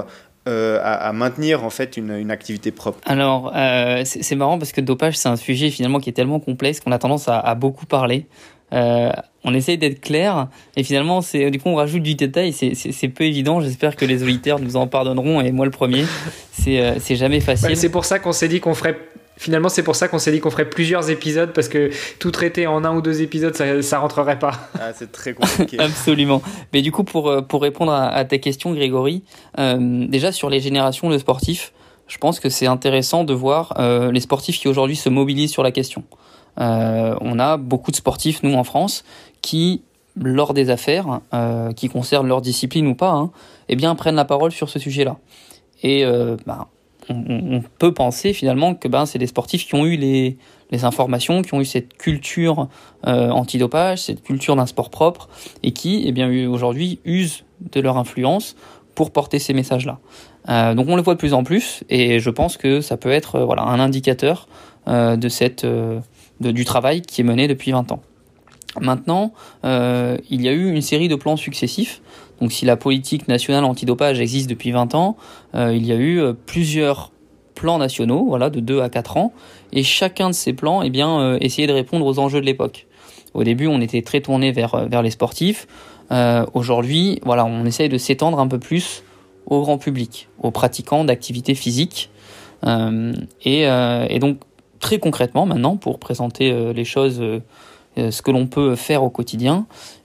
à maintenir en fait une activité propre? Alors, c'est marrant parce que le dopage, c'est un sujet finalement qui est tellement complexe qu'on a tendance à beaucoup parler. On essaye d'être clair et finalement, du coup, on rajoute du détail. C'est peu évident. J'espère que les auditeurs nous en pardonneront et moi le premier. C'est jamais facile. Ouais, c'est pour ça qu'on s'est dit qu'on ferait. Finalement, c'est pour ça qu'on s'est dit qu'on ferait plusieurs épisodes parce que tout traiter en 1 ou 2 épisodes, ça rentrerait pas. Ah, c'est très compliqué. Absolument. Mais du coup, pour répondre à ta question, Grégory, déjà sur les générations de sportifs, je pense que c'est intéressant de voir les sportifs qui aujourd'hui se mobilisent sur la question. On a beaucoup de sportifs, nous, en France, qui, lors des affaires, qui concernent leur discipline ou pas, eh bien, prennent la parole sur ce sujet-là. Et on peut penser finalement que c'est des sportifs qui ont eu les informations, qui ont eu cette culture antidopage, cette culture d'un sport propre, et qui, eh bien, aujourd'hui, usent de leur influence pour porter ces messages-là. Donc on le voit de plus en plus, et je pense que ça peut être un indicateur du travail qui est mené depuis 20 ans. Maintenant, il y a eu une série de plans successifs. Donc si la politique nationale antidopage existe depuis 20 ans, il y a eu plusieurs plans nationaux, de 2 à 4 ans, et chacun de ces plans essayait de répondre aux enjeux de l'époque. Au début, on était très tourné vers les sportifs. Aujourd'hui, on essaye de s'étendre un peu plus au grand public, aux pratiquants d'activités physiques. Et donc, très concrètement, maintenant, pour présenter les choses, ce que l'on peut faire au quotidien,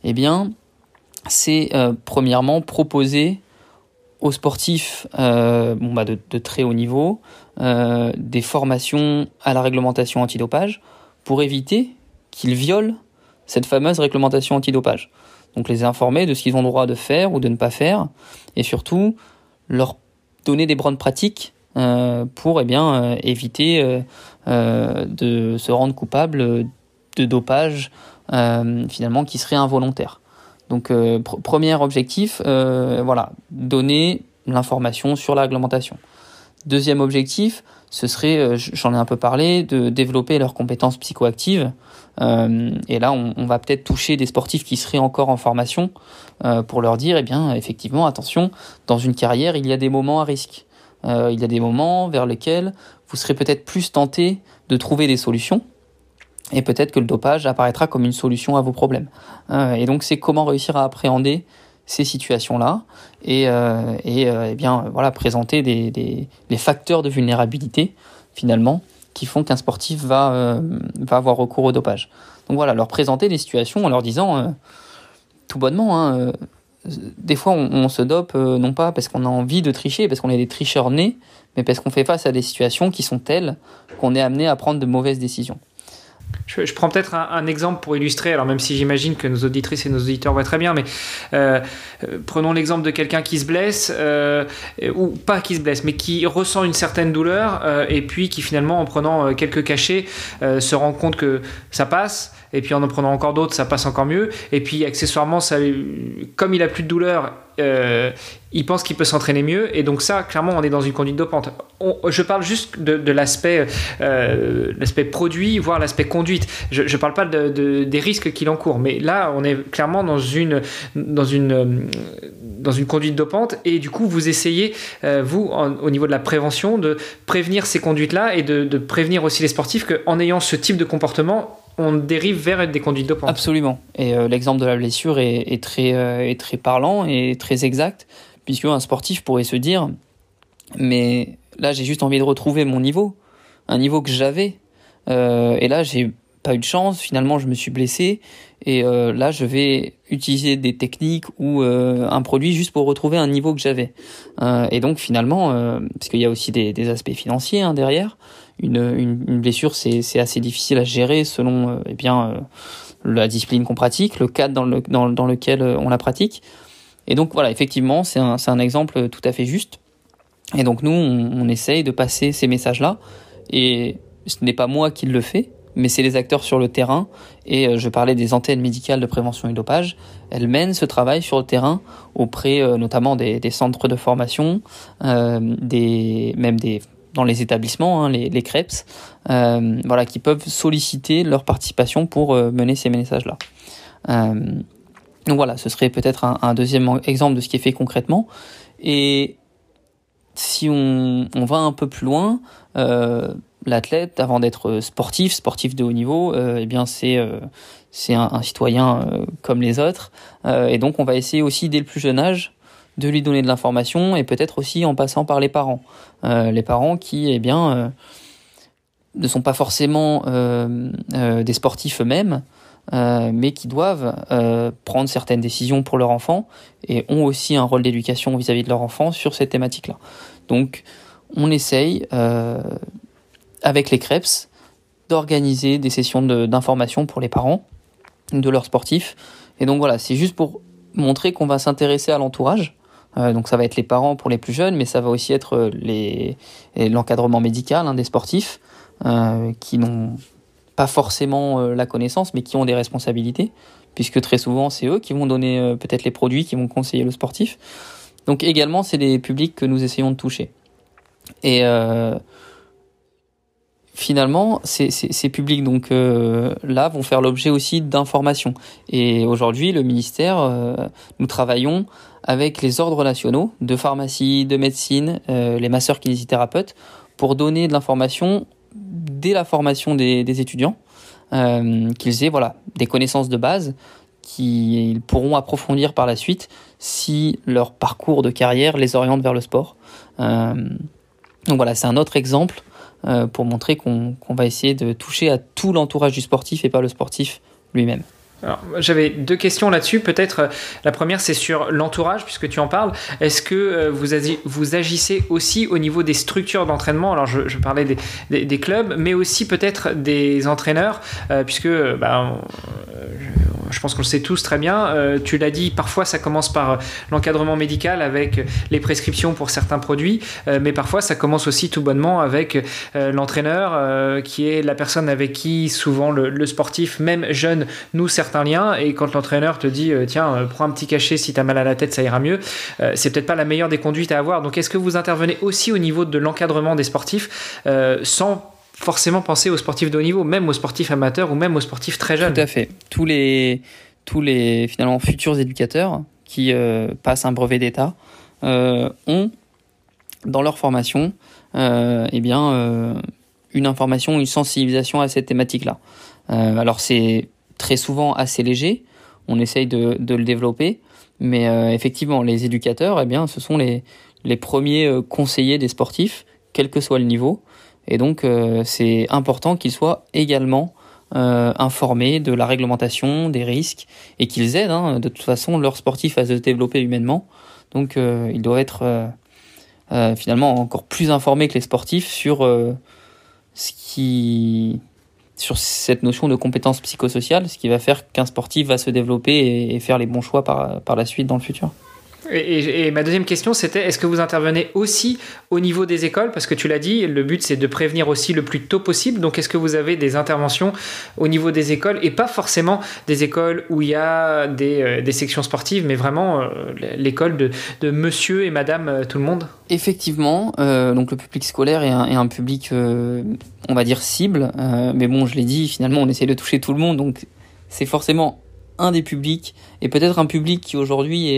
c'est premièrement proposer aux sportifs de très haut niveau des formations à la réglementation antidopage pour éviter qu'ils violent cette fameuse réglementation antidopage. Donc les informer de ce qu'ils ont le droit de faire ou de ne pas faire et surtout leur donner des bonnes pratiques pour éviter de se rendre coupable de dopage finalement qui serait involontaire. Donc premier objectif, donner l'information sur la réglementation. Deuxième objectif, ce serait, j'en ai un peu parlé, de développer leurs compétences psychoactives. Et là, on va peut-être toucher des sportifs qui seraient encore en formation pour leur dire, effectivement, attention, dans une carrière, il y a des moments à risque. Il y a des moments vers lesquels vous serez peut-être plus tenté de trouver des solutions. Et peut-être que le dopage apparaîtra comme une solution à vos problèmes. Et donc, c'est comment réussir à appréhender ces situations-là et présenter les facteurs de vulnérabilité, finalement, qui font qu'un sportif va avoir recours au dopage. Donc voilà, leur présenter des situations en leur disant, tout bonnement, des fois, on se dope, non pas parce qu'on a envie de tricher, parce qu'on est des tricheurs nés, mais parce qu'on fait face à des situations qui sont telles qu'on est amené à prendre de mauvaises décisions. Je prends peut-être un exemple pour illustrer, alors même si j'imagine que nos auditrices et nos auditeurs voient très bien, mais prenons l'exemple de quelqu'un qui se blesse, ou pas qui se blesse, mais qui ressent une certaine douleur, et puis qui finalement, en prenant quelques cachets, se rend compte que ça passe, et puis en prenant encore d'autres, ça passe encore mieux. Et puis accessoirement, comme il a plus de douleur, il pense qu'il peut s'entraîner mieux. Et donc ça, clairement, on est dans une conduite dopante. Je parle juste de l'aspect produit, voire l'aspect conduite. Je ne parle pas des risques qu'il encourt. Mais là, on est clairement dans une conduite dopante. Et du coup, vous essayez, au niveau de la prévention, de prévenir ces conduites-là et de prévenir aussi les sportifs qu'en ayant ce type de comportement, on dérive vers des conduites dopantes. Absolument. Et l'exemple de la blessure est très parlant et très exact, puisque un sportif pourrait se dire « mais là, j'ai juste envie de retrouver mon niveau, un niveau que j'avais. Et là, j'ai pas eu de chance, finalement, je me suis blessé. Et là, je vais utiliser des techniques ou un produit juste pour retrouver un niveau que j'avais. » Et donc, finalement, parce qu'il y a aussi des aspects financiers derrière, une blessure, c'est assez difficile à gérer selon la discipline qu'on pratique, le cadre dans lequel on la pratique. Et donc voilà, effectivement, c'est un exemple tout à fait juste. Et donc nous, on essaye de passer ces messages-là. Et ce n'est pas moi qui le fais, mais c'est les acteurs sur le terrain. Et je parlais des antennes médicales de prévention et dopage. Elles mènent ce travail sur le terrain auprès notamment des centres de formation, dans les établissements, les CREPS, qui peuvent solliciter leur participation pour mener ces messages-là. Donc voilà, ce serait peut-être un deuxième exemple de ce qui est fait concrètement. Et si on va un peu plus loin, l'athlète, avant d'être sportif de haut niveau, c'est un citoyen comme les autres. Et donc on va essayer aussi dès le plus jeune âge de lui donner de l'information, et peut-être aussi en passant par les parents. Les parents qui, ne sont pas forcément des sportifs eux-mêmes, mais qui doivent prendre certaines décisions pour leur enfant et ont aussi un rôle d'éducation vis-à-vis de leur enfant sur cette thématique-là. Donc, on essaye, avec les CREPS, d'organiser des sessions d'information pour les parents de leurs sportifs. Et donc voilà, c'est juste pour montrer qu'on va s'intéresser à l'entourage. Donc ça va être les parents pour les plus jeunes, mais ça va aussi être l'encadrement médical des sportifs qui n'ont pas forcément la connaissance, mais qui ont des responsabilités, puisque très souvent c'est eux qui vont donner peut-être les produits, qui vont conseiller le sportif. Donc également c'est des publics que nous essayons de toucher. Et finalement ces publics là vont faire l'objet aussi d'informations. Et aujourd'hui le ministère, nous travaillons avec les ordres nationaux de pharmacie, de médecine, les masseurs kinésithérapeutes, pour donner de l'information dès la formation des étudiants, qu'ils aient des connaissances de base qu'ils pourront approfondir par la suite si leur parcours de carrière les oriente vers le sport. Donc voilà, c'est un autre exemple pour montrer qu'on va essayer de toucher à tout l'entourage du sportif et pas le sportif lui-même. Alors, j'avais deux questions là-dessus. Peut-être la première, c'est sur l'entourage, puisque tu en parles. Est-ce que vous agissez aussi au niveau des structures d'entraînement? Alors, je parlais des clubs, mais aussi peut-être des entraîneurs, puisque je pense qu'on le sait tous très bien. Tu l'as dit, parfois ça commence par l'encadrement médical avec les prescriptions pour certains produits, mais parfois ça commence aussi tout bonnement avec l'entraîneur, qui est la personne avec qui souvent le sportif, même jeune, noue certains liens. Et quand l'entraîneur te dit tiens, prends un petit cachet, si t'as mal à la tête ça ira mieux, c'est peut-être pas la meilleure des conduites à avoir. Donc est-ce que vous intervenez aussi au niveau de l'encadrement des sportifs, sans forcément penser aux sportifs de haut niveau, même aux sportifs amateurs ou même aux sportifs très jeunes? Tout à fait. Tous les finalement futurs éducateurs qui passent un brevet d'État ont dans leur formation une information, une sensibilisation à cette thématique-là. Alors c'est très souvent assez léger, on essaye de le développer, mais effectivement les éducateurs, ce sont les premiers conseillers des sportifs, quel que soit le niveau. Et donc, c'est important qu'ils soient également informés de la réglementation, des risques, et qu'ils aident de toute façon leurs sportifs à se développer humainement. Donc, ils doivent être finalement encore plus informés que les sportifs sur cette notion de compétence psychosociale, ce qui va faire qu'un sportif va se développer et faire les bons choix par la suite dans le futur. Et ma deuxième question, c'était est-ce que vous intervenez aussi au niveau des écoles? Parce que tu l'as dit, le but, c'est de prévenir aussi le plus tôt possible. Donc, est-ce que vous avez des interventions au niveau des écoles et pas forcément des écoles où il y a des sections sportives, mais vraiment l'école de monsieur et madame tout le monde? Effectivement, donc le public scolaire est un public, on va dire, cible. Mais bon, je l'ai dit, finalement, on essaie de toucher tout le monde. Donc, c'est forcément un des publics, et peut-être un public qui aujourd'hui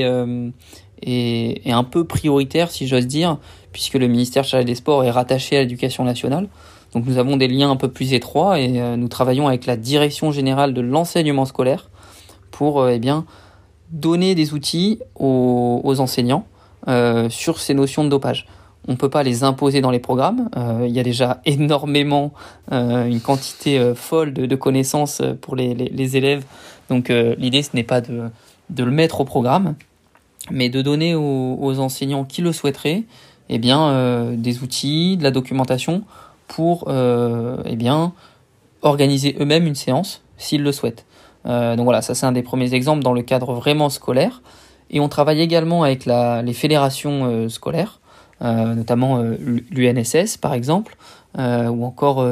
est un peu prioritaire, si j'ose dire, puisque le ministère chargé des Sports est rattaché à l'Éducation nationale. Donc nous avons des liens un peu plus étroits et nous travaillons avec la Direction générale de l'enseignement scolaire pour donner des outils aux enseignants sur ces notions de dopage. On ne peut pas les imposer dans les programmes. Il y a déjà énormément, une quantité folle de connaissances pour les élèves. Donc l'idée, ce n'est pas de le mettre au programme, mais de donner aux enseignants qui le souhaiteraient des outils, de la documentation pour organiser eux-mêmes une séance s'ils le souhaitent. Donc voilà, ça c'est un des premiers exemples dans le cadre vraiment scolaire. Et on travaille également avec les fédérations scolaires, notamment l'UNSS par exemple, ou encore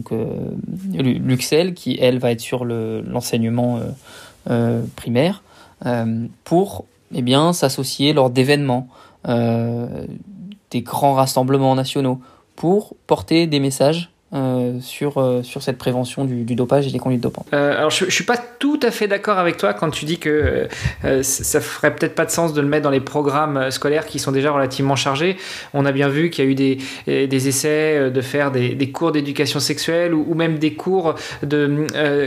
l'UXEL qui elle va être sur l'enseignement primaire, pour s'associer lors d'événements, des grands rassemblements nationaux, pour porter des messages sur cette prévention du dopage et des conduites dopantes. Alors je suis pas tout à fait d'accord avec toi quand tu dis que ça ferait peut-être pas de sens de le mettre dans les programmes scolaires qui sont déjà relativement chargés. On a bien vu qu'il y a eu des essais de faire des cours d'éducation sexuelle ou même des cours de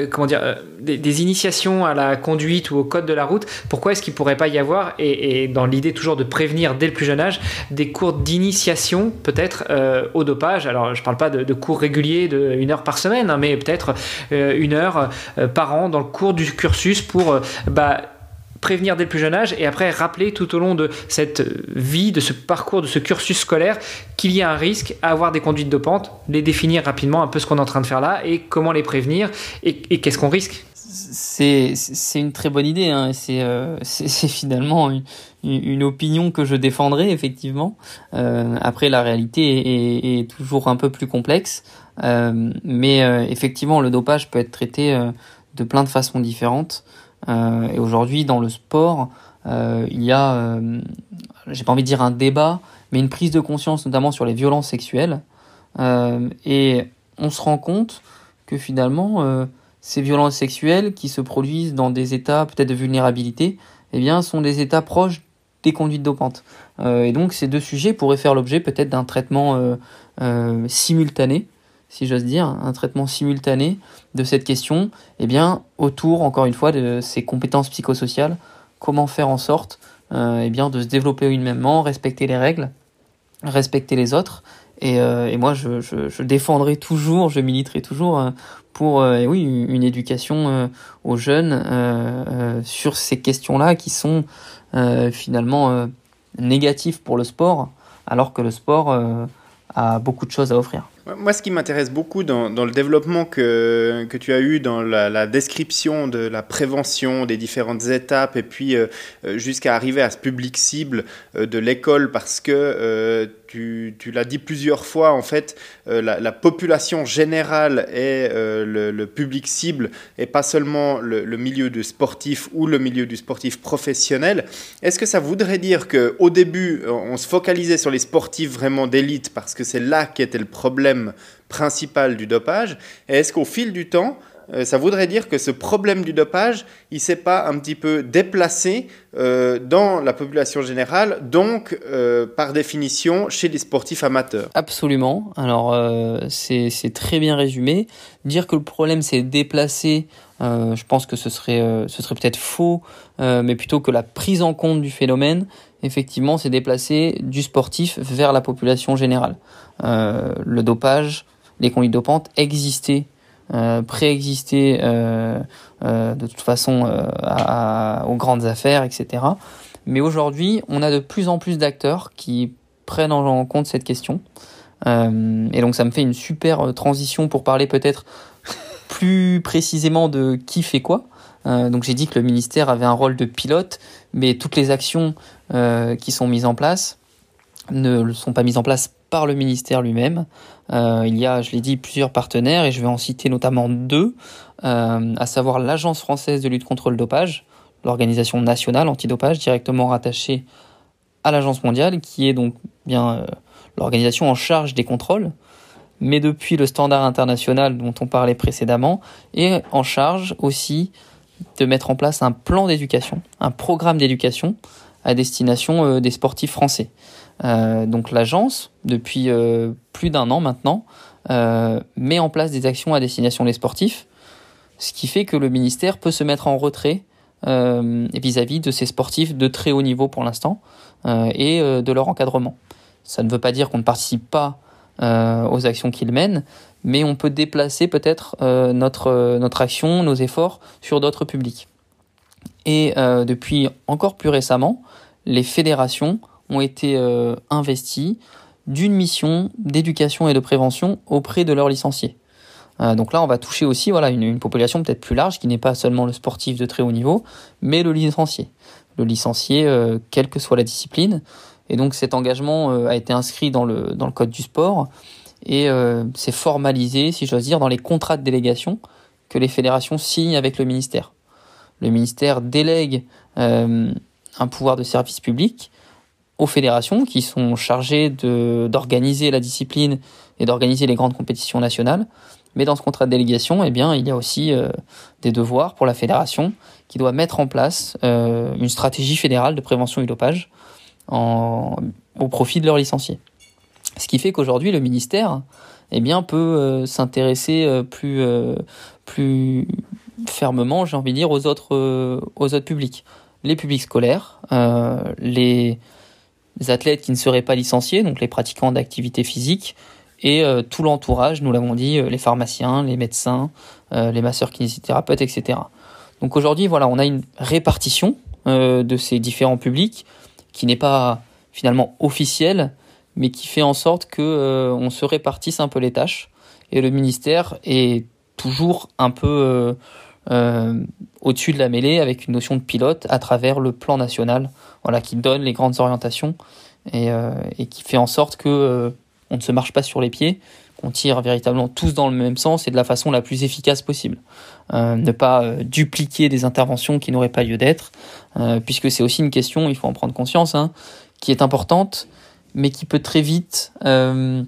des initiations à la conduite ou au code de la route. Pourquoi est-ce qu'il pourrait pas y avoir, et dans l'idée toujours de prévenir dès le plus jeune âge, des cours d'initiation peut-être au dopage? Alors je parle pas de cours réguliers de 1 heure par semaine, hein, mais peut-être 1 heure par an dans le cours du cursus pour prévenir dès le plus jeune âge, et après rappeler tout au long de cette vie, de ce parcours, de ce cursus scolaire, qu'il y a un risque à avoir des conduites dopantes, les définir rapidement, un peu ce qu'on est en train de faire là, et comment les prévenir, et qu'est-ce qu'on risque. C'est une très bonne idée, hein. C'est finalement une opinion que je défendrai, effectivement. Après, la réalité est toujours un peu plus complexe, mais effectivement, le dopage peut être traité de plein de façons différentes. Et aujourd'hui, dans le sport, il y a, j'ai pas envie de dire un débat, mais une prise de conscience, notamment sur les violences sexuelles. Et on se rend compte que finalement, ces violences sexuelles qui se produisent dans des états peut-être de vulnérabilité, sont des états proches des conduites dopantes. Et donc, ces deux sujets pourraient faire l'objet peut-être d'un traitement simultané, si j'ose dire, un traitement simultané de cette question, autour, encore une fois, de ces compétences psychosociales. Comment faire en sorte de se développer humainement, respecter les règles, respecter les autres. Et moi, je défendrai toujours, je militerai toujours pour une éducation aux jeunes sur ces questions-là qui sont finalement négatives pour le sport, alors que le sport a beaucoup de choses à offrir. Moi, ce qui m'intéresse beaucoup dans le développement que tu as eu dans la description de la prévention des différentes étapes, et puis jusqu'à arriver à ce public cible de l'école, parce que tu l'as dit plusieurs fois, en fait, la population générale est le public cible, et pas seulement le milieu du sportif ou le milieu du sportif professionnel. Est-ce que ça voudrait dire qu'au début, on se focalisait sur les sportifs vraiment d'élite, parce que c'est là qu'était le problème principal du dopage, et est-ce qu'au fil du temps, ça voudrait dire que ce problème du dopage, il ne s'est pas un petit peu déplacé dans la population générale, donc par définition chez les sportifs amateurs? Absolument. Alors c'est très bien résumé. Dire que le problème s'est déplacé, je pense que ce serait peut-être faux, mais plutôt que la prise en compte du phénomène, effectivement, s'est déplacé du sportif vers la population générale. Le dopage, les conduites dopantes préexistaient de toute façon aux grandes affaires, etc. Mais aujourd'hui, on a de plus en plus d'acteurs qui prennent en compte cette question. Et donc ça me fait une super transition pour parler peut-être plus précisément de qui fait quoi. Donc j'ai dit que le ministère avait un rôle de pilote, mais toutes les actions qui sont mises en place ne sont pas mises en place par le ministère lui-même. Il y a, je l'ai dit, plusieurs partenaires, et je vais en citer notamment 2, à savoir l'Agence française de lutte contre le dopage, l'organisation nationale antidopage directement rattachée à l'Agence mondiale, qui est donc bien l'organisation en charge des contrôles, mais depuis le standard international dont on parlait précédemment, est en charge aussi de mettre en place un plan d'éducation, un programme d'éducation à destination des sportifs français. Donc l'agence, depuis plus d'1 an maintenant, met en place des actions à destination des sportifs, ce qui fait que le ministère peut se mettre en retrait vis-à-vis de ces sportifs de très haut niveau pour l'instant et de leur encadrement. Ça ne veut pas dire qu'on ne participe pas aux actions qu'ils mènent, mais on peut déplacer peut-être notre action, nos efforts sur d'autres publics. Et depuis encore plus récemment, les fédérations ont été investies d'une mission d'éducation et de prévention auprès de leurs licenciés. Donc là, on va toucher aussi une population peut-être plus large, qui n'est pas seulement le sportif de très haut niveau, mais le licencié. Le licencié, quelle que soit la discipline. Et donc cet engagement a été inscrit dans le code du sport et c'est formalisé, si j'ose dire, dans les contrats de délégation que les fédérations signent avec le ministère. Le ministère délègue un pouvoir de service public aux fédérations qui sont chargées d'organiser la discipline et d'organiser les grandes compétitions nationales. Mais dans ce contrat de délégation, il y a aussi des devoirs pour la fédération qui doit mettre en place une stratégie fédérale de prévention du dopage au profit de leurs licenciés. Ce qui fait qu'aujourd'hui, le ministère peut s'intéresser plus fermement, j'ai envie de dire, aux autres publics. Les publics scolaires, les athlètes qui ne seraient pas licenciés, donc les pratiquants d'activité physique, et tout l'entourage, nous l'avons dit, les pharmaciens, les médecins, les masseurs kinésithérapeutes, etc. Donc aujourd'hui, on a une répartition de ces différents publics qui n'est pas finalement officielle, mais qui fait en sorte que on se répartisse un peu les tâches. Et le ministère est toujours un peu au-dessus de la mêlée, avec une notion de pilote à travers le plan national, qui donne les grandes orientations et qui fait en sorte que on ne se marche pas sur les pieds, qu'on tire véritablement tous dans le même sens et de la façon la plus efficace possible. Ne pas dupliquer des interventions qui n'auraient pas lieu d'être, puisque c'est aussi une question, il faut en prendre conscience, qui est importante, mais qui peut très vite, le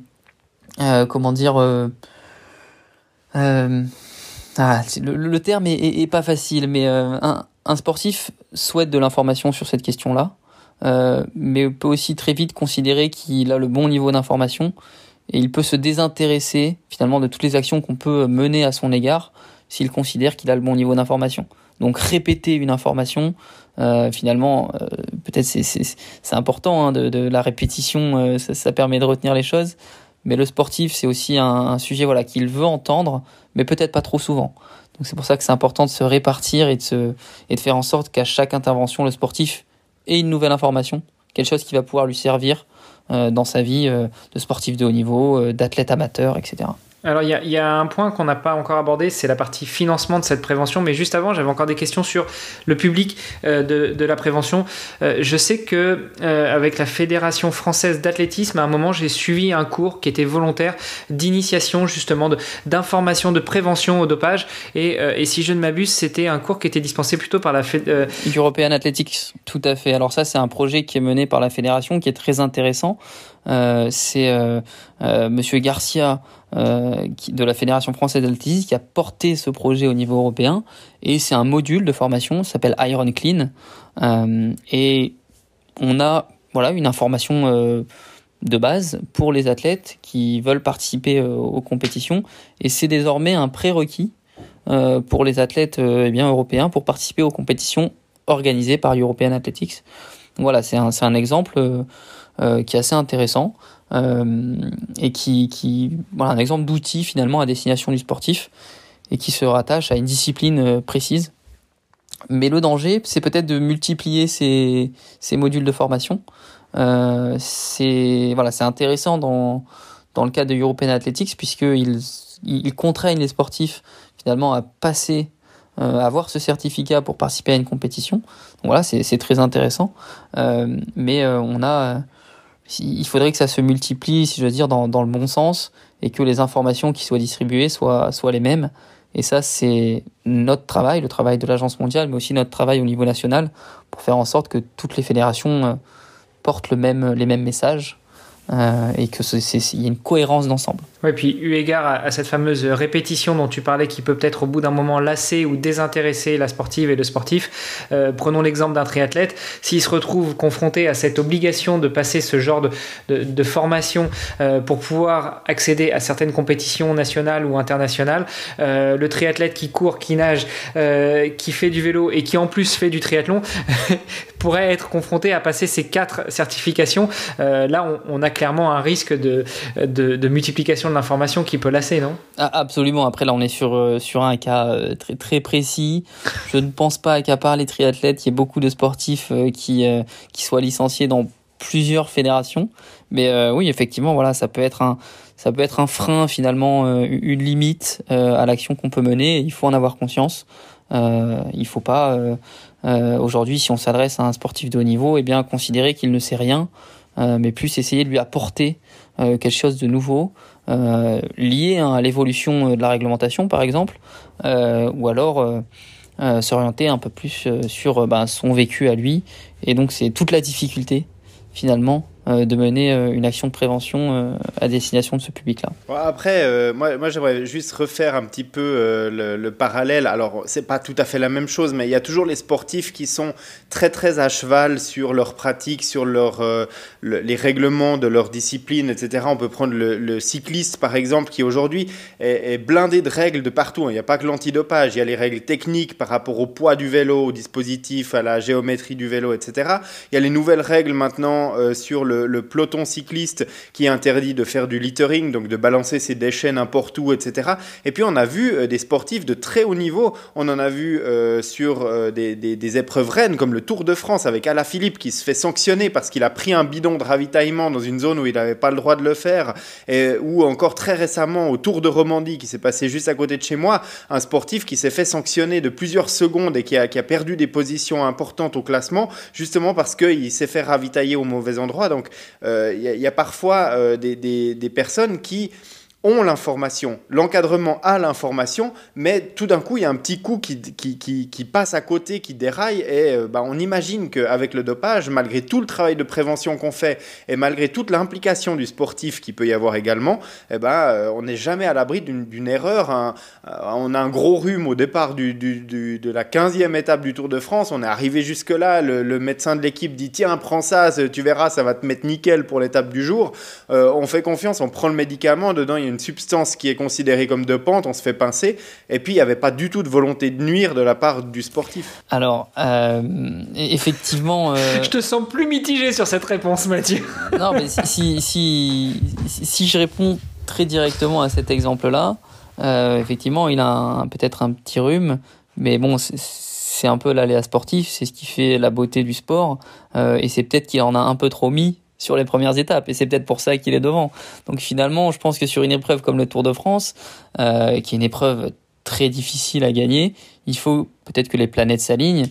terme est pas facile, mais un sportif souhaite de l'information sur cette question-là, mais peut aussi très vite considérer qu'il a le bon niveau d'information et il peut se désintéresser finalement de toutes les actions qu'on peut mener à son égard s'il considère qu'il a le bon niveau d'information. Donc répéter une information, peut-être c'est important de la répétition, ça permet de retenir les choses, mais le sportif c'est aussi un sujet qu'il veut entendre, mais peut-être pas trop souvent. Donc c'est pour ça que c'est important de se répartir et de faire en sorte qu'à chaque intervention, le sportif ait une nouvelle information, quelque chose qui va pouvoir lui servir dans sa vie de sportif de haut niveau, d'athlète amateur, etc. Alors, il y a un point qu'on n'a pas encore abordé, c'est la partie financement de cette prévention. Mais juste avant, j'avais encore des questions sur le public de la prévention. Je sais que avec la Fédération française d'athlétisme, à un moment, j'ai suivi un cours qui était volontaire d'initiation, justement, d'information, de prévention au dopage. Et si je ne m'abuse, c'était un cours qui était dispensé plutôt par la European Athletics, tout à fait. Alors ça, c'est un projet qui est mené par la fédération, qui est très intéressant. C'est Monsieur Garcia de la Fédération française d'athlétisme qui a porté ce projet au niveau européen, et c'est un module de formation, ça s'appelle Iron Clean, et on a une information de base pour les athlètes qui veulent participer aux compétitions, et c'est désormais un prérequis pour les athlètes européens pour participer aux compétitions organisées par European Athletics. Donc c'est un exemple qui est assez intéressant et qui un exemple d'outil finalement à destination du sportif et qui se rattache à une discipline précise. Mais le danger, c'est peut-être de multiplier ces modules de formation. C'est intéressant dans le cas de European Athletics, puisqu'ils contraignent les sportifs finalement à passer avoir ce certificat pour participer à une compétition. Donc voilà, c'est très intéressant. Mais il faudrait que ça se multiplie, si je veux dire, dans le bon sens, et que les informations qui soient distribuées soient les mêmes. Et ça, c'est notre travail, le travail de l'Agence mondiale, mais aussi notre travail au niveau national, pour faire en sorte que toutes les fédérations portent les mêmes messages. Et que il y a une cohérence d'ensemble. Oui, puis eu égard à cette fameuse répétition dont tu parlais qui peut peut-être au bout d'un moment lasser ou désintéresser la sportive et le sportif, prenons l'exemple d'un triathlète, s'il se retrouve confronté à cette obligation de passer ce genre de formation pour pouvoir accéder à certaines compétitions nationales ou internationales, le triathlète qui court, qui nage, qui fait du vélo et qui en plus fait du triathlon pourrait être confronté à passer ces 4 certifications. Là, on a clairement un risque de multiplication de l'information qui peut lasser, non ? Absolument. Après, là, on est sur un cas très, très précis. Je ne pense pas qu'à part les triathlètes, il y ait beaucoup de sportifs qui soient licenciés dans plusieurs fédérations. Mais oui, effectivement, voilà, ça peut être un frein, finalement, une limite à l'action qu'on peut mener. Il faut en avoir conscience. Il faut pas, aujourd'hui, si on s'adresse à un sportif de haut niveau, considérer qu'il ne sait rien, mais plus essayer de lui apporter quelque chose de nouveau, lié à l'évolution de la réglementation, par exemple, ou alors s'orienter un peu plus sur son vécu à lui. Et donc, c'est toute la difficulté, finalement, de mener une action de prévention à destination de ce public-là. Après, moi j'aimerais juste refaire un petit peu le parallèle. Alors, c'est pas tout à fait la même chose, mais il y a toujours les sportifs qui sont très très à cheval sur leurs pratiques, sur les règlements de leur discipline, etc. On peut prendre le cycliste, par exemple, qui aujourd'hui est blindé de règles de partout. Il n'y a pas que l'antidopage, il y a les règles techniques par rapport au poids du vélo, au dispositif, à la géométrie du vélo, etc. Il y a les nouvelles règles maintenant sur le peloton cycliste qui interdit de faire du littering, donc de balancer ses déchets n'importe où, etc. Et puis on a vu des sportifs de très haut niveau, on en a vu sur des épreuves reines comme le Tour de France avec Alaphilippe qui se fait sanctionner parce qu'il a pris un bidon de ravitaillement dans une zone où il n'avait pas le droit de le faire, ou encore très récemment au Tour de Romandie qui s'est passé juste à côté de chez moi, un sportif qui s'est fait sanctionner de plusieurs secondes et qui a perdu des positions importantes au classement justement parce qu'il s'est fait ravitailler au mauvais endroit. Donc il y a parfois des personnes qui ont l'information, l'encadrement a l'information, mais tout d'un coup, il y a un petit coup qui passe à côté, qui déraille, et on imagine qu'avec le dopage, malgré tout le travail de prévention qu'on fait, et malgré toute l'implication du sportif qu'il peut y avoir également, on n'est jamais à l'abri d'une erreur. On a un gros rhume au départ de la 15e étape du Tour de France, on est arrivé jusque-là, le médecin de l'équipe dit « Tiens, prends ça, tu verras, ça va te mettre nickel pour l'étape du jour ». On fait confiance, on prend le médicament, dedans il y a une substance qui est considérée comme dopante, on se fait pincer, et puis il n'y avait pas du tout de volonté de nuire de la part du sportif. Alors, effectivement... Je te sens plus mitigé sur cette réponse, Mathieu. Non, mais si je réponds très directement à cet exemple-là, effectivement, il a peut-être un petit rhume, mais bon, c'est un peu l'aléa sportif, c'est ce qui fait la beauté du sport, et c'est peut-être qu'il en a un peu trop mis sur les premières étapes, et c'est peut-être pour ça qu'il est devant. Donc finalement, je pense que sur une épreuve comme le Tour de France, qui est une épreuve très difficile à gagner, il faut peut-être que les planètes s'alignent,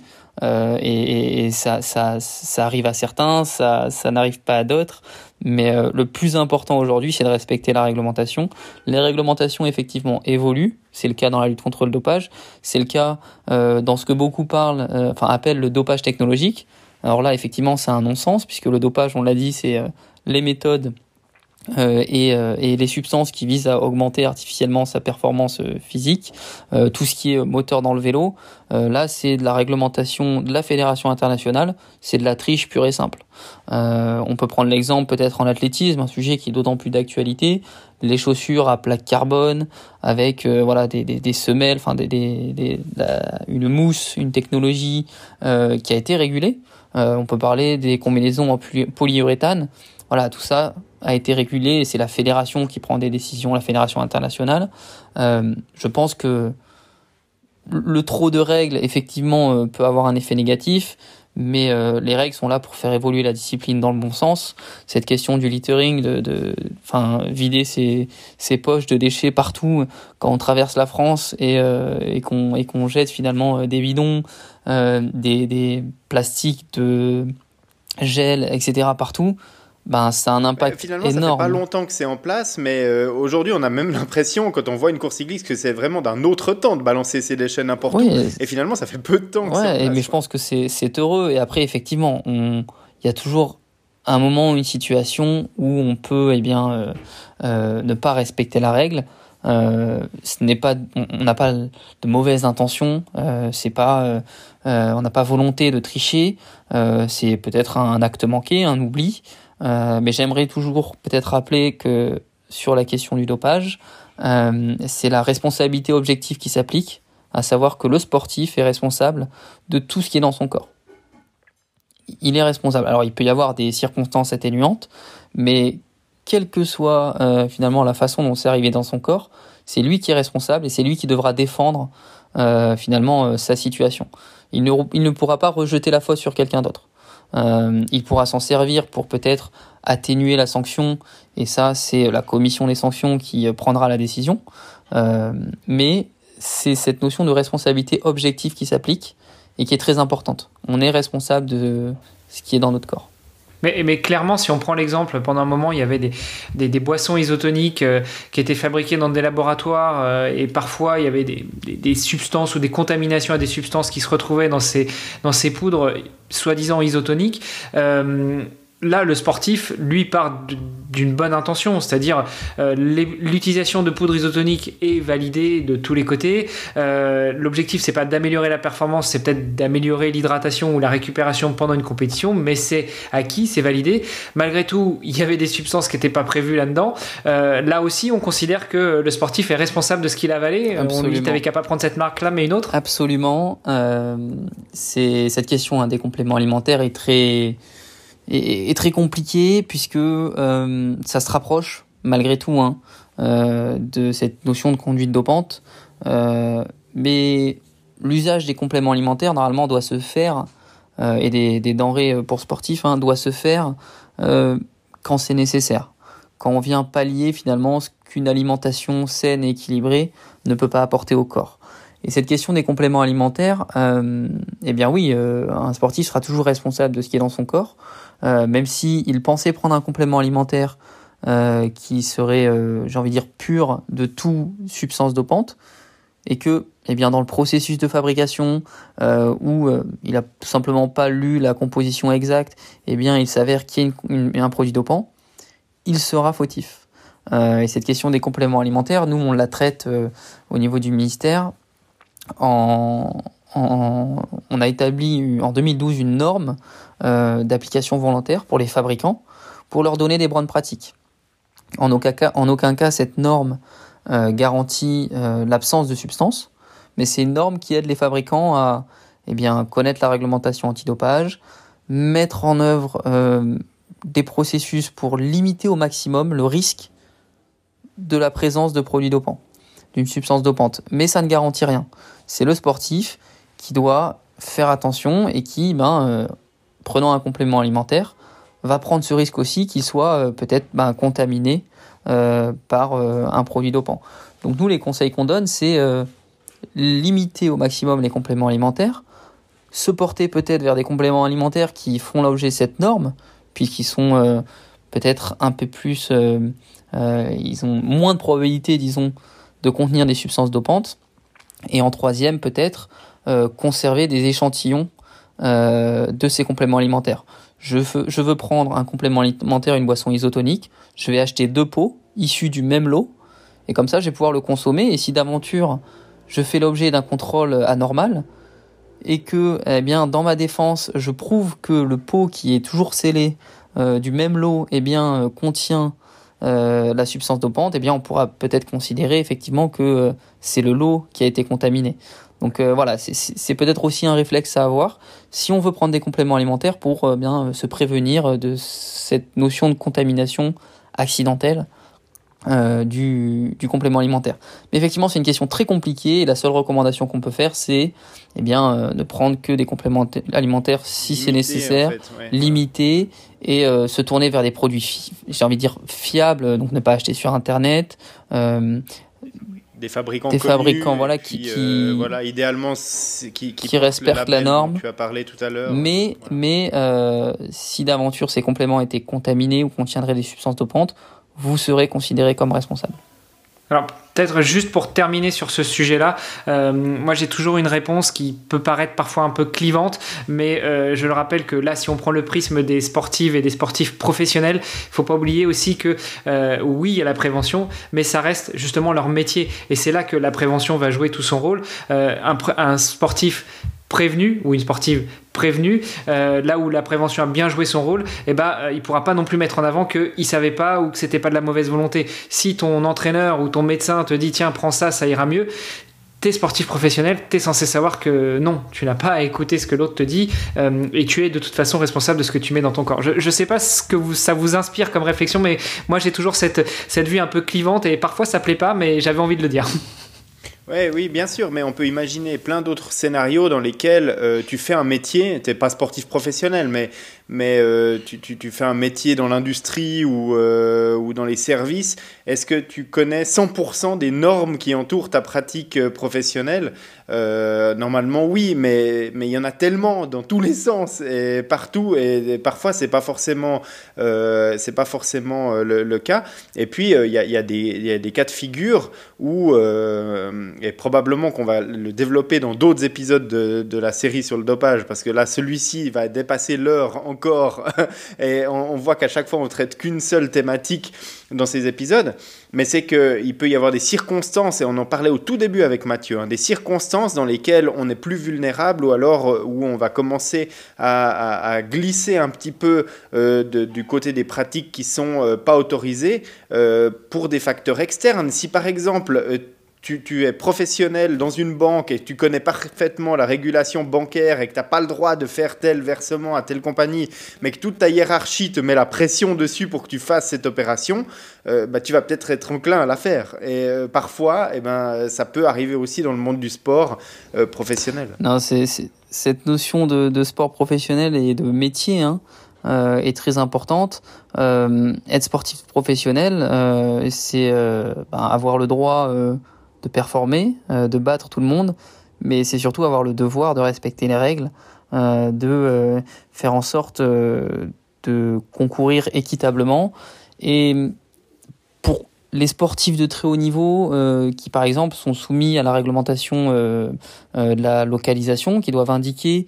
et ça arrive à certains, ça n'arrive pas à d'autres, mais le plus important aujourd'hui, c'est de respecter la réglementation. Les réglementations, effectivement, évoluent, c'est le cas dans la lutte contre le dopage, c'est le cas dans ce que beaucoup appellent le dopage technologique. Alors là, effectivement, c'est un non-sens, puisque le dopage, on l'a dit, c'est les méthodes et les substances qui visent à augmenter artificiellement sa performance physique. Tout ce qui est moteur dans le vélo, là, c'est de la réglementation de la Fédération internationale, c'est de la triche pure et simple. On peut prendre l'exemple peut-être en athlétisme, un sujet qui est d'autant plus d'actualité, les chaussures à plaque carbone avec des semelles, une mousse, une technologie qui a été régulée. On peut parler des combinaisons en polyuréthane. Voilà, tout ça a été régulé et c'est la fédération qui prend des décisions, la fédération internationale. Je pense que le trop de règles, effectivement, peut avoir un effet négatif, mais les règles sont là pour faire évoluer la discipline dans le bon sens. Cette question du littering, vider ses poches de déchets partout quand on traverse la France et qu'on jette finalement des bidons, des plastiques de gel, etc. partout, ça a un impact finalement, énorme. Ça fait pas longtemps que c'est en place, mais aujourd'hui, on a même l'impression, quand on voit une course cycliste, que c'est vraiment d'un autre temps de balancer ses déchets n'importe où. Et finalement, ça fait peu de temps que c'est en place. Mais je pense que c'est heureux. Et après, effectivement, il y a toujours un moment, une situation où on peut ne pas respecter la règle. On n'a pas de mauvaises intentions. On n'a pas volonté de tricher. C'est peut-être un acte manqué, un oubli. Mais j'aimerais toujours peut-être rappeler que sur la question du dopage, c'est la responsabilité objective qui s'applique, à savoir que le sportif est responsable de tout ce qui est dans son corps. Il est responsable. Alors il peut y avoir des circonstances atténuantes, mais quelle que soit finalement la façon dont c'est arrivé dans son corps, c'est lui qui est responsable et c'est lui qui devra défendre sa situation. Il ne pourra pas rejeter la faute sur quelqu'un d'autre. Il pourra s'en servir pour peut-être atténuer la sanction, et ça c'est la commission des sanctions qui prendra la décision, mais c'est cette notion de responsabilité objective qui s'applique et qui est très importante. On est responsable de ce qui est dans notre corps. Mais clairement, si on prend l'exemple, pendant un moment, il y avait des boissons isotoniques qui étaient fabriquées dans des laboratoires et parfois il y avait des substances ou des contaminations à des substances qui se retrouvaient dans ces poudres soi-disant isotoniques. Là, le sportif, lui, part d'une bonne intention, c'est-à-dire l'utilisation de poudre isotonique est validée de tous les côtés. L'objectif, c'est pas d'améliorer la performance, c'est peut-être d'améliorer l'hydratation ou la récupération pendant une compétition, mais c'est acquis, c'est validé. Malgré tout, il y avait des substances qui n'étaient pas prévues là-dedans. Là aussi, on considère que le sportif est responsable de ce qu'il a avalé. Absolument. On lui dit, t'avais qu'à pas prendre cette marque-là, mais une autre. Absolument. C'est cette question des compléments alimentaires est très compliqué puisque ça se rapproche malgré tout de cette notion de conduite dopante, mais l'usage des compléments alimentaires normalement doit se faire et des denrées pour sportifs doit se faire quand c'est nécessaire, quand on vient pallier finalement ce qu'une alimentation saine et équilibrée ne peut pas apporter au corps. Et cette question des compléments alimentaires, un sportif sera toujours responsable de ce qui est dans son corps, même s'il pensait prendre un complément alimentaire qui serait, pur de toute substance dopante, et que, dans le processus de fabrication, où il a tout simplement pas lu la composition exacte, il s'avère qu'il y a un produit dopant, il sera fautif. Et cette question des compléments alimentaires, nous, on la traite au niveau du ministère. On a établi en 2012 une norme d'application volontaire pour les fabricants pour leur donner des bonnes pratiques. En aucun cas cette norme garantit l'absence de substances, mais c'est une norme qui aide les fabricants à connaître la réglementation antidopage, mettre en œuvre des processus pour limiter au maximum le risque de la présence de produits dopants, d'une substance dopante. Mais ça ne garantit rien. C'est le sportif qui doit faire attention et qui, prenant un complément alimentaire, va prendre ce risque aussi qu'il soit peut-être contaminé par un produit dopant. Donc nous, les conseils qu'on donne, c'est limiter au maximum les compléments alimentaires, se porter peut-être vers des compléments alimentaires qui font l'objet de cette norme, puisqu'ils sont peut-être un peu plus... ils ont moins de probabilité, disons, de contenir des substances dopantes. Et en troisième, peut-être, conserver des échantillons de ces compléments alimentaires. Je veux prendre un complément alimentaire, une boisson isotonique, je vais acheter 2 pots issus du même lot, et comme ça, je vais pouvoir le consommer. Et si d'aventure, je fais l'objet d'un contrôle anormal, et que, dans ma défense, je prouve que le pot qui est toujours scellé du même lot, contient la substance dopante, on pourra peut-être considérer effectivement que c'est le lot qui a été contaminé. Donc c'est peut-être aussi un réflexe à avoir si on veut prendre des compléments alimentaires pour se prévenir de cette notion de contamination accidentelle du complément alimentaire. Mais effectivement, c'est une question très compliquée et la seule recommandation qu'on peut faire, c'est ne prendre que des compléments alimentaires si c'est nécessaire, limiter et se tourner vers des produits, j'ai envie de dire fiables, donc ne pas acheter sur Internet. Des fabricants voilà, qui idéalement qui respectent la norme. Tu as parlé tout à l'heure. Mais si d'aventure ces compléments étaient contaminés ou contiendraient des substances dopantes, vous serez considéré comme responsable. Alors peut-être juste pour terminer sur ce sujet-là, moi j'ai toujours une réponse qui peut paraître parfois un peu clivante, mais je le rappelle que là, si on prend le prisme des sportives et des sportifs professionnels, il ne faut pas oublier aussi que oui, il y a la prévention, mais ça reste justement leur métier, et c'est là que la prévention va jouer tout son rôle. Un sportif prévenu ou une sportive prévenue, là où la prévention a bien joué son rôle, il pourra pas non plus mettre en avant qu'il savait pas ou que c'était pas de la mauvaise volonté. Si ton entraîneur ou ton médecin te dit tiens, prends ça, ça ira mieux, t'es sportif professionnel, t'es censé savoir que non, tu n'as pas à écouter ce que l'autre te dit, et tu es de toute façon responsable de ce que tu mets dans ton corps. Je sais pas ce que ça vous inspire comme réflexion, mais moi j'ai toujours cette vue un peu clivante, et parfois ça plaît pas, mais j'avais envie de le dire. Oui, bien sûr, mais on peut imaginer plein d'autres scénarios dans lesquels tu fais un métier, tu n'es pas sportif professionnel, mais tu fais un métier dans l'industrie ou dans les services. Est-ce que tu connais 100% des normes qui entourent ta pratique professionnelle ? Normalement, oui, mais il y en a tellement dans tous les sens et partout, et parfois, c'est pas forcément le cas. Et puis, il y a des cas de figure où... et probablement qu'on va le développer dans d'autres épisodes de la série sur le dopage, parce que là, celui-ci va dépasser l'heure encore, et on voit qu'à chaque fois, on ne traite qu'une seule thématique dans ces épisodes, mais c'est qu'il peut y avoir des circonstances, et on en parlait au tout début avec Mathieu, des circonstances dans lesquelles on est plus vulnérable, ou alors où on va commencer à glisser un petit peu du côté des pratiques qui ne sont pas autorisées pour des facteurs externes. Si par exemple... Tu es professionnel dans une banque et tu connais parfaitement la régulation bancaire et que tu n'as pas le droit de faire tel versement à telle compagnie, mais que toute ta hiérarchie te met la pression dessus pour que tu fasses cette opération, tu vas peut-être être enclin à la faire. Et parfois, ça peut arriver aussi dans le monde du sport professionnel. Non, c'est cette notion de sport professionnel et de métier est très importante. Être sportif professionnel, c'est avoir le droit... de performer, de battre tout le monde, mais c'est surtout avoir le devoir de respecter les règles, de faire en sorte de concourir équitablement. Et pour les sportifs de très haut niveau qui, par exemple, sont soumis à la réglementation de la localisation, qui doivent indiquer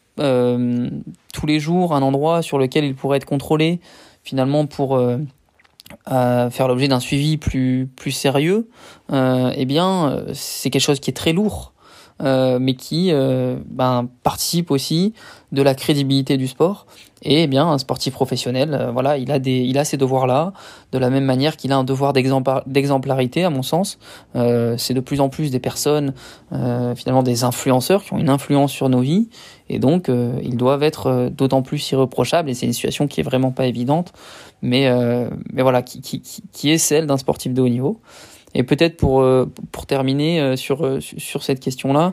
tous les jours un endroit sur lequel ils pourraient être contrôlés, finalement pour... faire l'objet d'un suivi plus sérieux, c'est quelque chose qui est très lourd, mais qui participe aussi de la crédibilité du sport. Et un sportif professionnel, il a ces devoirs-là, de la même manière qu'il a un devoir d'exemplarité, à mon sens. C'est de plus en plus des personnes, finalement des influenceurs qui ont une influence sur nos vies, et donc ils doivent être d'autant plus irréprochables, et c'est une situation qui est vraiment pas évidente, mais voilà, qui est celle d'un sportif de haut niveau. Et peut-être pour terminer sur cette question-là,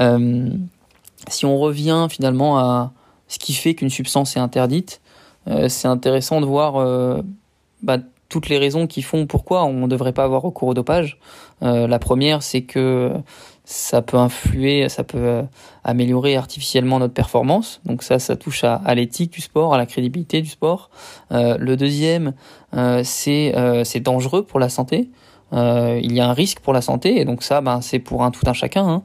si on revient finalement à ce qui fait qu'une substance est interdite, c'est intéressant de voir toutes les raisons qui font pourquoi on ne devrait pas avoir recours au dopage. La première, c'est que ça peut influer, ça peut améliorer artificiellement notre performance. Donc ça touche à l'éthique du sport, à la crédibilité du sport. Le deuxième, c'est dangereux pour la santé. Il y a un risque pour la santé, et donc ça, c'est pour tout un chacun.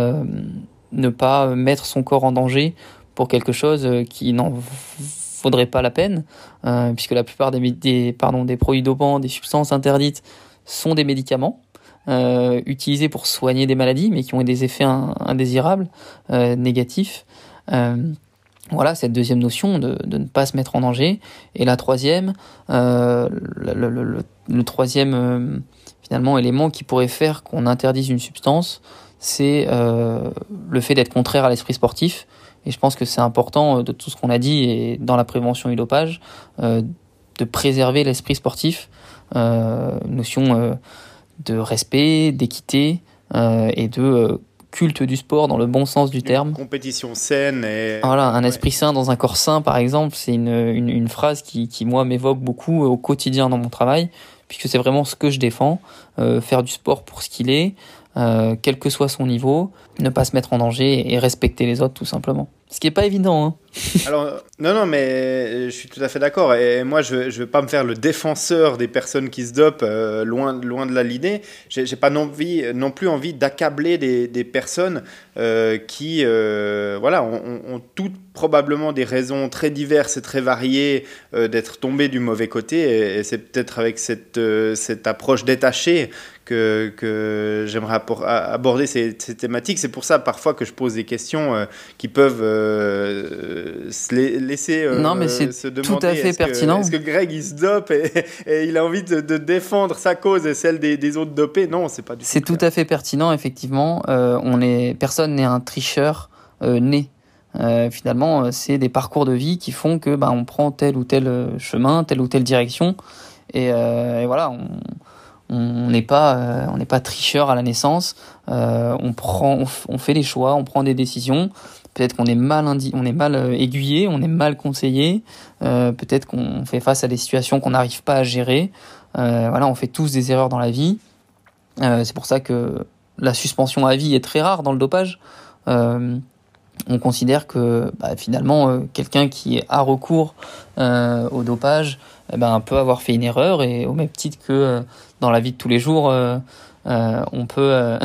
Ne pas mettre son corps en danger pour quelque chose qui n'en vaudrait pas la peine, puisque la plupart des produits dopants, des substances interdites, sont des médicaments utilisés pour soigner des maladies, mais qui ont des effets indésirables, négatifs. Voilà, cette deuxième notion de ne pas se mettre en danger. Et la troisième, le troisième finalement élément qui pourrait faire qu'on interdise une substance, c'est le fait d'être contraire à l'esprit sportif. Et je pense que c'est important, de tout ce qu'on a dit, et dans la prévention du dopage, de préserver l'esprit sportif, notion de respect, d'équité et de culte du sport dans le bon sens du terme. Compétition saine et... Voilà, un esprit sain dans un corps sain, par exemple, c'est une phrase qui, moi, m'évoque beaucoup au quotidien dans mon travail, puisque c'est vraiment ce que je défends, faire du sport pour ce qu'il est, quel que soit son niveau, ne pas se mettre en danger et respecter les autres, tout simplement. Ce qui n'est pas évident, hein. Alors, non, mais je suis tout à fait d'accord. Et moi, je ne vais pas me faire le défenseur des personnes qui se dopent, loin de là l'idée. Je n'ai pas non plus envie d'accabler des personnes qui ont toutes probablement des raisons très diverses et très variées d'être tombées du mauvais côté. Et c'est peut-être avec cette approche détachée que j'aimerais aborder ces thématiques. C'est pour ça, parfois, que je pose des questions qui peuvent se laisser non, mais c'est se demander tout à fait pertinent. Est-ce que Greg il se dope et il a envie de défendre sa cause et celle des autres dopés? Non, c'est pas du tout. C'est tout à fait pertinent, effectivement. Personne n'est un tricheur né. Finalement, c'est des parcours de vie qui font que on prend tel ou tel chemin, telle ou telle direction, et voilà, on n'est pas tricheur à la naissance. On fait les choix, on prend des décisions. Peut-être qu'on est mal aiguillé, on est mal conseillé. Peut-être qu'on fait face à des situations qu'on n'arrive pas à gérer. On fait tous des erreurs dans la vie. C'est pour ça que la suspension à vie est très rare dans le dopage. On considère que finalement, quelqu'un qui a recours au dopage peut avoir fait une erreur, et au même titre que dans la vie de tous les jours, on peut...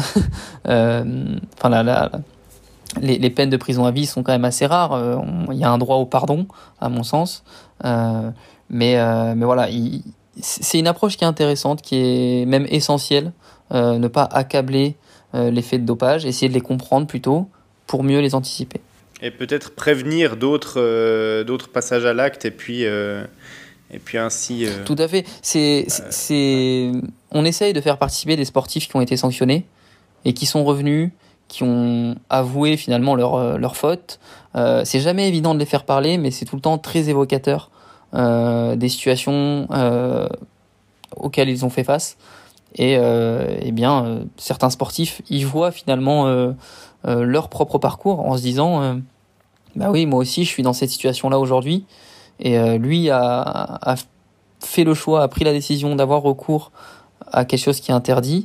les peines de prison à vie sont quand même assez rares. Il y a un droit au pardon, à mon sens. Mais voilà, c'est une approche qui est intéressante, qui est même essentielle. Ne pas accabler les faits de dopage, essayer de les comprendre plutôt, pour mieux les anticiper. Et peut-être prévenir d'autres passages à l'acte, et puis ainsi... Tout à fait. On essaye de faire participer des sportifs qui ont été sanctionnés et qui sont revenus, qui ont avoué finalement leur faute. C'est jamais évident de les faire parler, mais c'est tout le temps très évocateur des situations auxquelles ils ont fait face. Et certains sportifs y voient finalement leur propre parcours en se disant oui, moi aussi je suis dans cette situation-là aujourd'hui, et lui a fait le choix, a pris la décision d'avoir recours à quelque chose qui est interdit.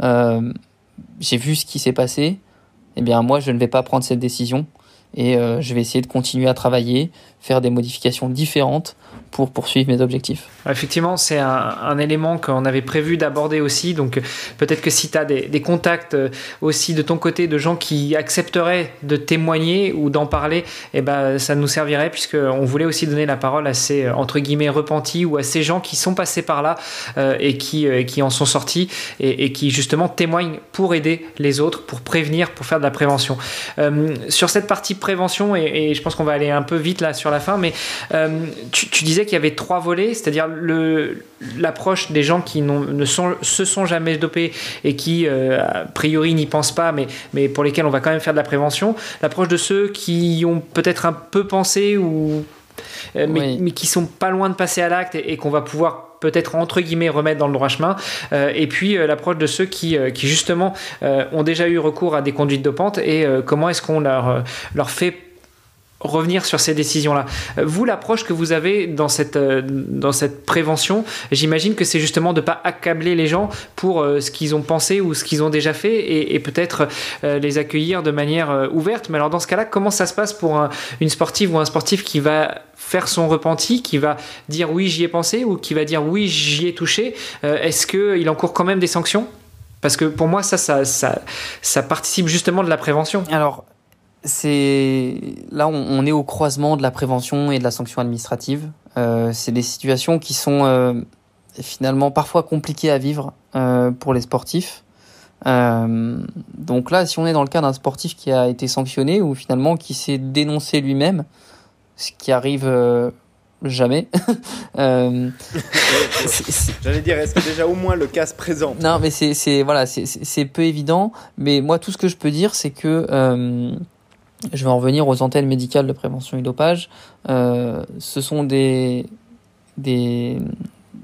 J'ai vu ce qui s'est passé, moi je ne vais pas prendre cette décision, et je vais essayer de continuer à travailler, faire des modifications différentes pour poursuivre mes objectifs. Effectivement, c'est un élément qu'on avait prévu d'aborder aussi, donc peut-être que si tu as des contacts aussi de ton côté, de gens qui accepteraient de témoigner ou d'en parler, ça nous servirait, puisqu'on voulait aussi donner la parole à ces, entre guillemets, repentis, ou à ces gens qui sont passés par là et qui en sont sortis, et qui justement témoignent pour aider les autres, pour prévenir, pour faire de la prévention. Sur cette partie prévention, et je pense qu'on va aller un peu vite là sur la fin, mais tu disais qu'il y avait 3 volets, c'est-à-dire l'approche des gens qui se sont jamais dopés et qui a priori n'y pensent pas, mais pour lesquels on va quand même faire de la prévention, l'approche de ceux qui ont peut-être un peu pensé mais qui sont pas loin de passer à l'acte, et qu'on va pouvoir peut-être entre guillemets remettre dans le droit chemin, et puis l'approche de ceux qui justement ont déjà eu recours à des conduites dopantes, et comment est-ce qu'on leur fait revenir sur ces décisions-là. Vous, l'approche que vous avez dans cette prévention, j'imagine que c'est justement de ne pas accabler les gens pour ce qu'ils ont pensé ou ce qu'ils ont déjà fait, et peut-être les accueillir de manière ouverte. Mais alors dans ce cas-là, comment ça se passe pour une sportive ou un sportif qui va faire son repenti, qui va dire oui, j'y ai pensé, ou qui va dire oui, j'y ai touché? Est-ce qu'il encourt quand même des sanctions? Parce que pour moi, ça participe justement de la prévention. Alors, là, on est au croisement de la prévention et de la sanction administrative. C'est des situations qui sont finalement parfois compliquées à vivre pour les sportifs. Donc là, si on est dans le cas d'un sportif qui a été sanctionné, ou finalement qui s'est dénoncé lui-même, ce qui arrive jamais. J'allais dire, est-ce que déjà au moins le cas se présente? Non, mais c'est peu évident. Mais moi, tout ce que je peux dire, c'est que je vais en revenir aux antennes médicales de prévention et dopage. Ce sont des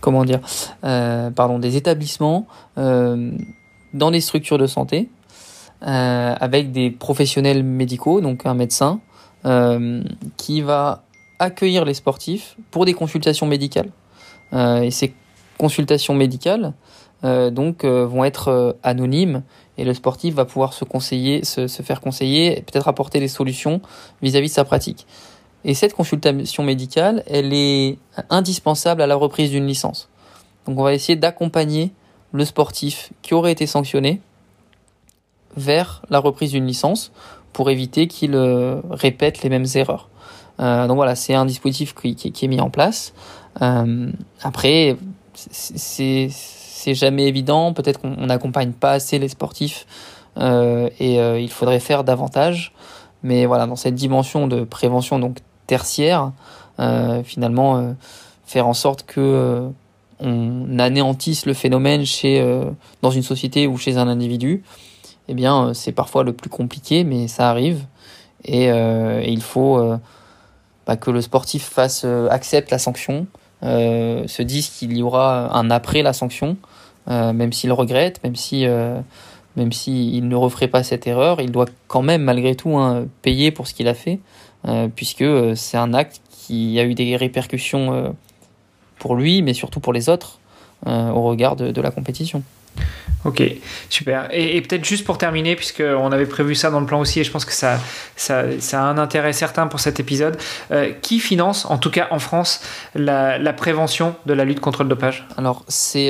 des établissements dans des structures de santé avec des professionnels médicaux, donc un médecin qui va accueillir les sportifs pour des consultations médicales. Et ces consultations médicales vont être anonymes et le sportif va pouvoir se faire conseiller et peut-être apporter des solutions vis-à-vis de sa pratique. Et cette consultation médicale, elle est indispensable à la reprise d'une licence. Donc on va essayer d'accompagner le sportif qui aurait été sanctionné vers la reprise d'une licence pour éviter qu'il répète les mêmes erreurs. Donc voilà, c'est un dispositif qui est mis en place. Après, c'est jamais évident. Peut-être qu'on n'accompagne pas assez les sportifs il faudrait faire davantage. Mais voilà, dans cette dimension de prévention donc tertiaire, finalement, faire en sorte que on anéantisse le phénomène dans une société ou chez un individu, eh bien, c'est parfois le plus compliqué, mais ça arrive. Et il faut que le sportif accepte la sanction, se dise qu'il y aura un après la sanction, même s'il regrette, même s'il ne referait pas cette erreur, il doit quand même malgré tout payer pour ce qu'il a fait, puisque c'est un acte qui a eu des répercussions pour lui, mais surtout pour les autres, au regard de la compétition. Ok, super. Et peut-être juste pour terminer, puisqu'on avait prévu ça dans le plan aussi, et je pense que ça a un intérêt certain pour cet épisode, qui finance, en tout cas en France, la prévention de la lutte contre le dopage ? Alors, c'est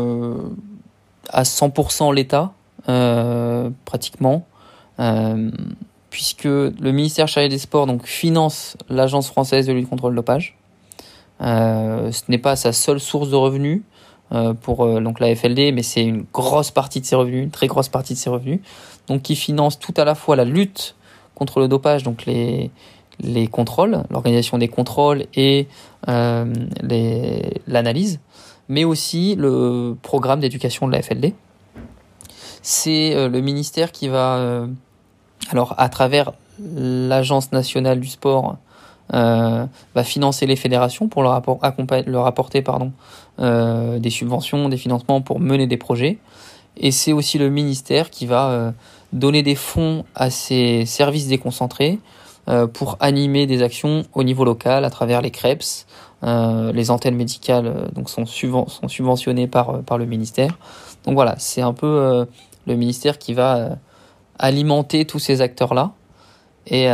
à 100% l'État, pratiquement, puisque le ministère chargé des Sports finance l'Agence française de lutte contre le dopage. Ce n'est pas sa seule source de revenus pour la FLD, mais c'est une grosse partie de ses revenus, une très grosse partie de ses revenus, donc qui finance tout à la fois la lutte contre le dopage, donc les contrôles, l'organisation des contrôles et l'analyse, mais aussi le programme d'éducation de la FLD. C'est le ministère qui va, à travers l'Agence nationale du sport, va financer les fédérations pour leur apporter des subventions, des financements pour mener des projets. Et c'est aussi le ministère qui va donner des fonds à ces services déconcentrés pour animer des actions au niveau local à travers les CREPS. Les antennes médicales sont subventionnées par le ministère. Donc voilà, c'est un peu le ministère qui va alimenter tous ces acteurs-là. Et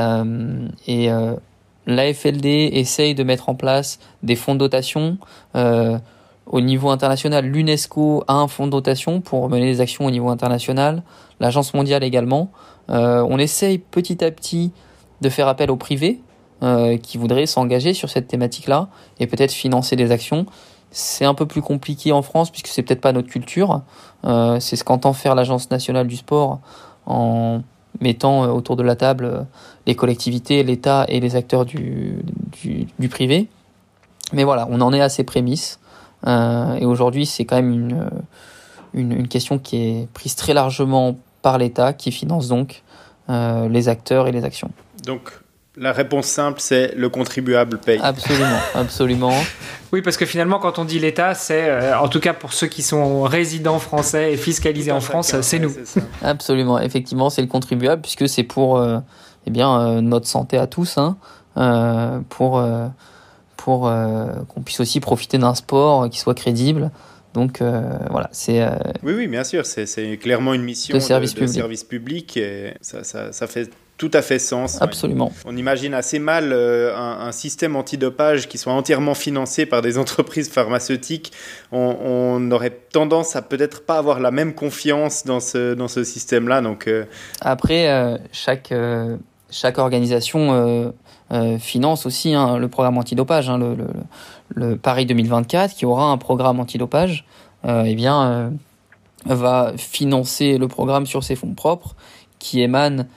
l'AFLD essaye de mettre en place des fonds de dotation. Au niveau international, l'UNESCO a un fonds de dotation pour mener des actions au niveau international. L'Agence mondiale également. On essaye petit à petit de faire appel au privé qui voudraient s'engager sur cette thématique-là et peut-être financer des actions. C'est un peu plus compliqué en France puisque c'est peut-être pas notre culture. C'est ce qu'entend faire l'Agence nationale du sport en mettant autour de la table les collectivités, l'État et les acteurs du privé. Mais voilà, on en est à ces prémices. Et aujourd'hui, c'est quand même une question qui est prise très largement par l'État, qui finance donc les acteurs et les actions. Donc, la réponse simple, c'est le contribuable paye. Absolument, absolument. Oui, parce que finalement, quand on dit l'État, c'est, en tout cas pour ceux qui sont résidents français et fiscalisés en France, c'est nous. C'est ça. Absolument, effectivement, c'est le contribuable, puisque c'est pour notre santé à tous, pour qu'on puisse aussi profiter d'un sport qui soit crédible. Donc voilà, c'est... Oui, bien sûr, c'est clairement une mission de service public et ça fait tout à fait sens. Absolument. Ouais. On imagine assez mal un système antidopage qui soit entièrement financé par des entreprises pharmaceutiques. On aurait tendance à peut-être pas avoir la même confiance dans ce système-là. Donc, Après, chaque organisation finance aussi le programme antidopage. Le Paris 2024, qui aura un programme antidopage, va financer le programme sur ses fonds propres qui émanent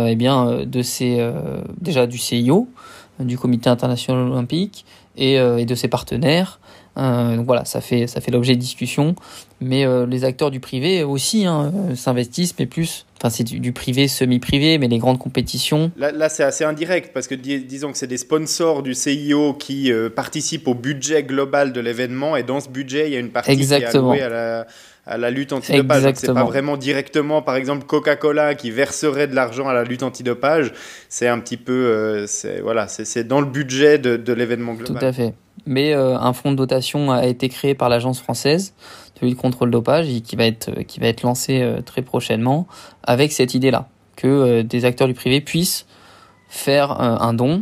déjà du CIO, du Comité international olympique, et de ses partenaires. Donc voilà, ça fait l'objet de discussions, mais les acteurs du privé aussi s'investissent, mais enfin c'est du privé semi-privé, mais les grandes compétitions. Là c'est assez indirect parce que disons que c'est des sponsors du CIO qui participent au budget global de l'événement, et dans ce budget il y a une partie qui est allouée à la lutte antidopage. Donc c'est pas vraiment directement, par exemple, Coca-Cola qui verserait de l'argent à la lutte antidopage. C'est un petit peu, c'est dans le budget de l'événement global. Tout à fait. Mais un fonds de dotation a été créé par l'Agence française de lutte contre le dopage et qui va être lancé très prochainement avec cette idée-là, que des acteurs du privé puissent faire un don.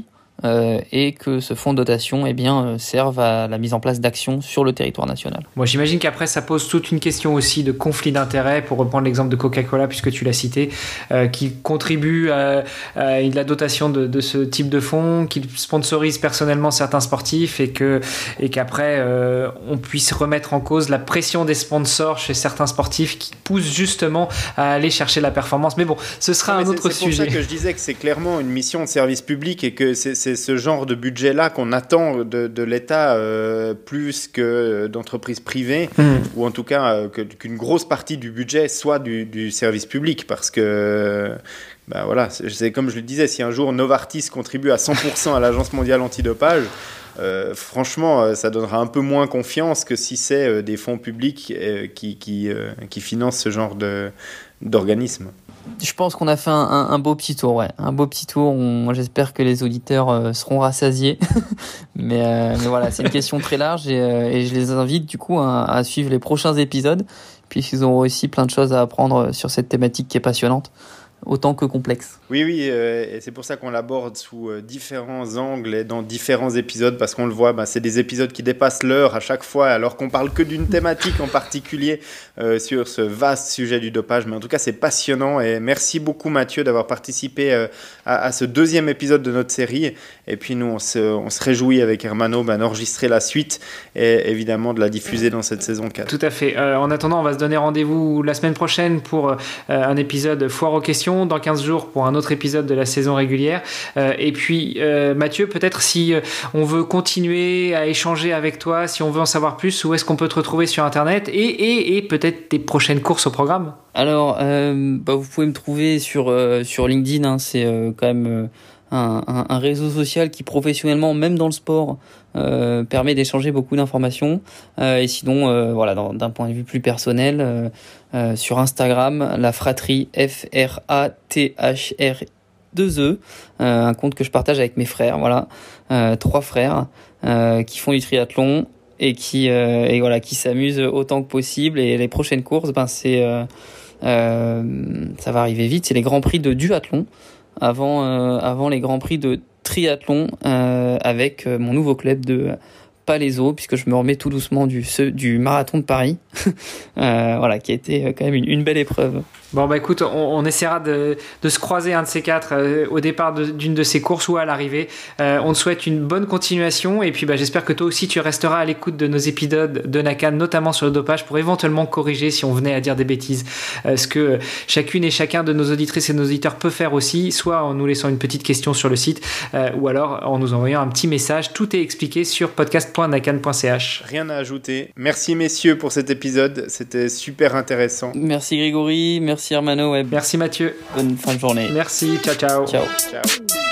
Et que ce fonds de dotation serve à la mise en place d'actions sur le territoire national. Moi, j'imagine qu'après, ça pose toute une question aussi de conflit d'intérêts, pour reprendre l'exemple de Coca-Cola, puisque tu l'as cité, qui contribue à la dotation de ce type de fonds, qui sponsorise personnellement certains sportifs, et qu'après, on puisse remettre en cause la pression des sponsors chez certains sportifs qui poussent justement à aller chercher la performance. Mais bon, ce sera un autre sujet. C'est pour ça que je disais que c'est clairement une mission de service public, et que c'est ce genre de budget-là qu'on attend de l'État plus que d'entreprises privées, ou en tout cas qu'une grosse partie du budget soit du service public, parce que c'est comme je le disais, si un jour Novartis contribue à 100% à l'Agence mondiale antidopage, franchement, ça donnera un peu moins confiance que si c'est des fonds publics qui financent ce genre d'organisme. Je pense qu'on a fait un beau petit tour, ouais. Un beau petit tour. J'espère que les auditeurs seront rassasiés. mais voilà, c'est une question très large et je les invite du coup à suivre les prochains épisodes, puisqu'ils auront aussi plein de choses à apprendre sur cette thématique qui est passionnante, autant que complexe. Oui, et c'est pour ça qu'on l'aborde sous différents angles et dans différents épisodes, parce qu'on le voit, c'est des épisodes qui dépassent l'heure à chaque fois, alors qu'on parle que d'une thématique en particulier sur ce vaste sujet du dopage. Mais en tout cas, c'est passionnant, et merci beaucoup Mathieu d'avoir participé à ce deuxième épisode de notre série. Et puis nous, on se réjouit avec Hermano d'enregistrer la suite et évidemment de la diffuser dans cette saison 4. Tout à fait. En attendant, on va se donner rendez-vous la semaine prochaine pour un épisode Foire aux questions, dans 15 jours pour un autre épisode de la saison régulière. Et puis Mathieu, peut-être si on veut continuer à échanger avec toi, si on veut en savoir plus, où est-ce qu'on peut te retrouver sur Internet, et peut-être tes prochaines courses au programme? Alors, vous pouvez me trouver sur LinkedIn, hein, c'est quand même un réseau social qui professionnellement, même dans le sport, permet d'échanger beaucoup d'informations. Et sinon, d'un point de vue plus personnel, sur Instagram, la fratrie FRATHR2E, un compte que je partage avec mes frères, 3 frères qui font du triathlon et qui s'amusent autant que possible. Et les prochaines courses, ça va arriver vite, c'est les Grands Prix de duathlon avant les Grands Prix de triathlon avec mon nouveau club de Palaiseau, puisque je me remets tout doucement du marathon de Paris qui a été quand même une belle épreuve. Bon écoute, on essaiera de se croiser un de ces quatre au départ d'une de ces courses ou à l'arrivée. On te souhaite une bonne continuation, et puis j'espère que toi aussi tu resteras à l'écoute de nos épisodes de Nakan, notamment sur le dopage, pour éventuellement corriger si on venait à dire des bêtises. Ce que chacune et chacun de nos auditrices et nos auditeurs peut faire aussi, soit en nous laissant une petite question sur le site, ou alors en nous envoyant un petit message. Tout est expliqué sur podcast.nakan.ch. Rien à ajouter. Merci messieurs pour cet épisode, c'était super intéressant. Merci Grégory, merci Hermano. Merci Mathieu. Bonne fin de journée. Merci, ciao. Ciao. Ciao.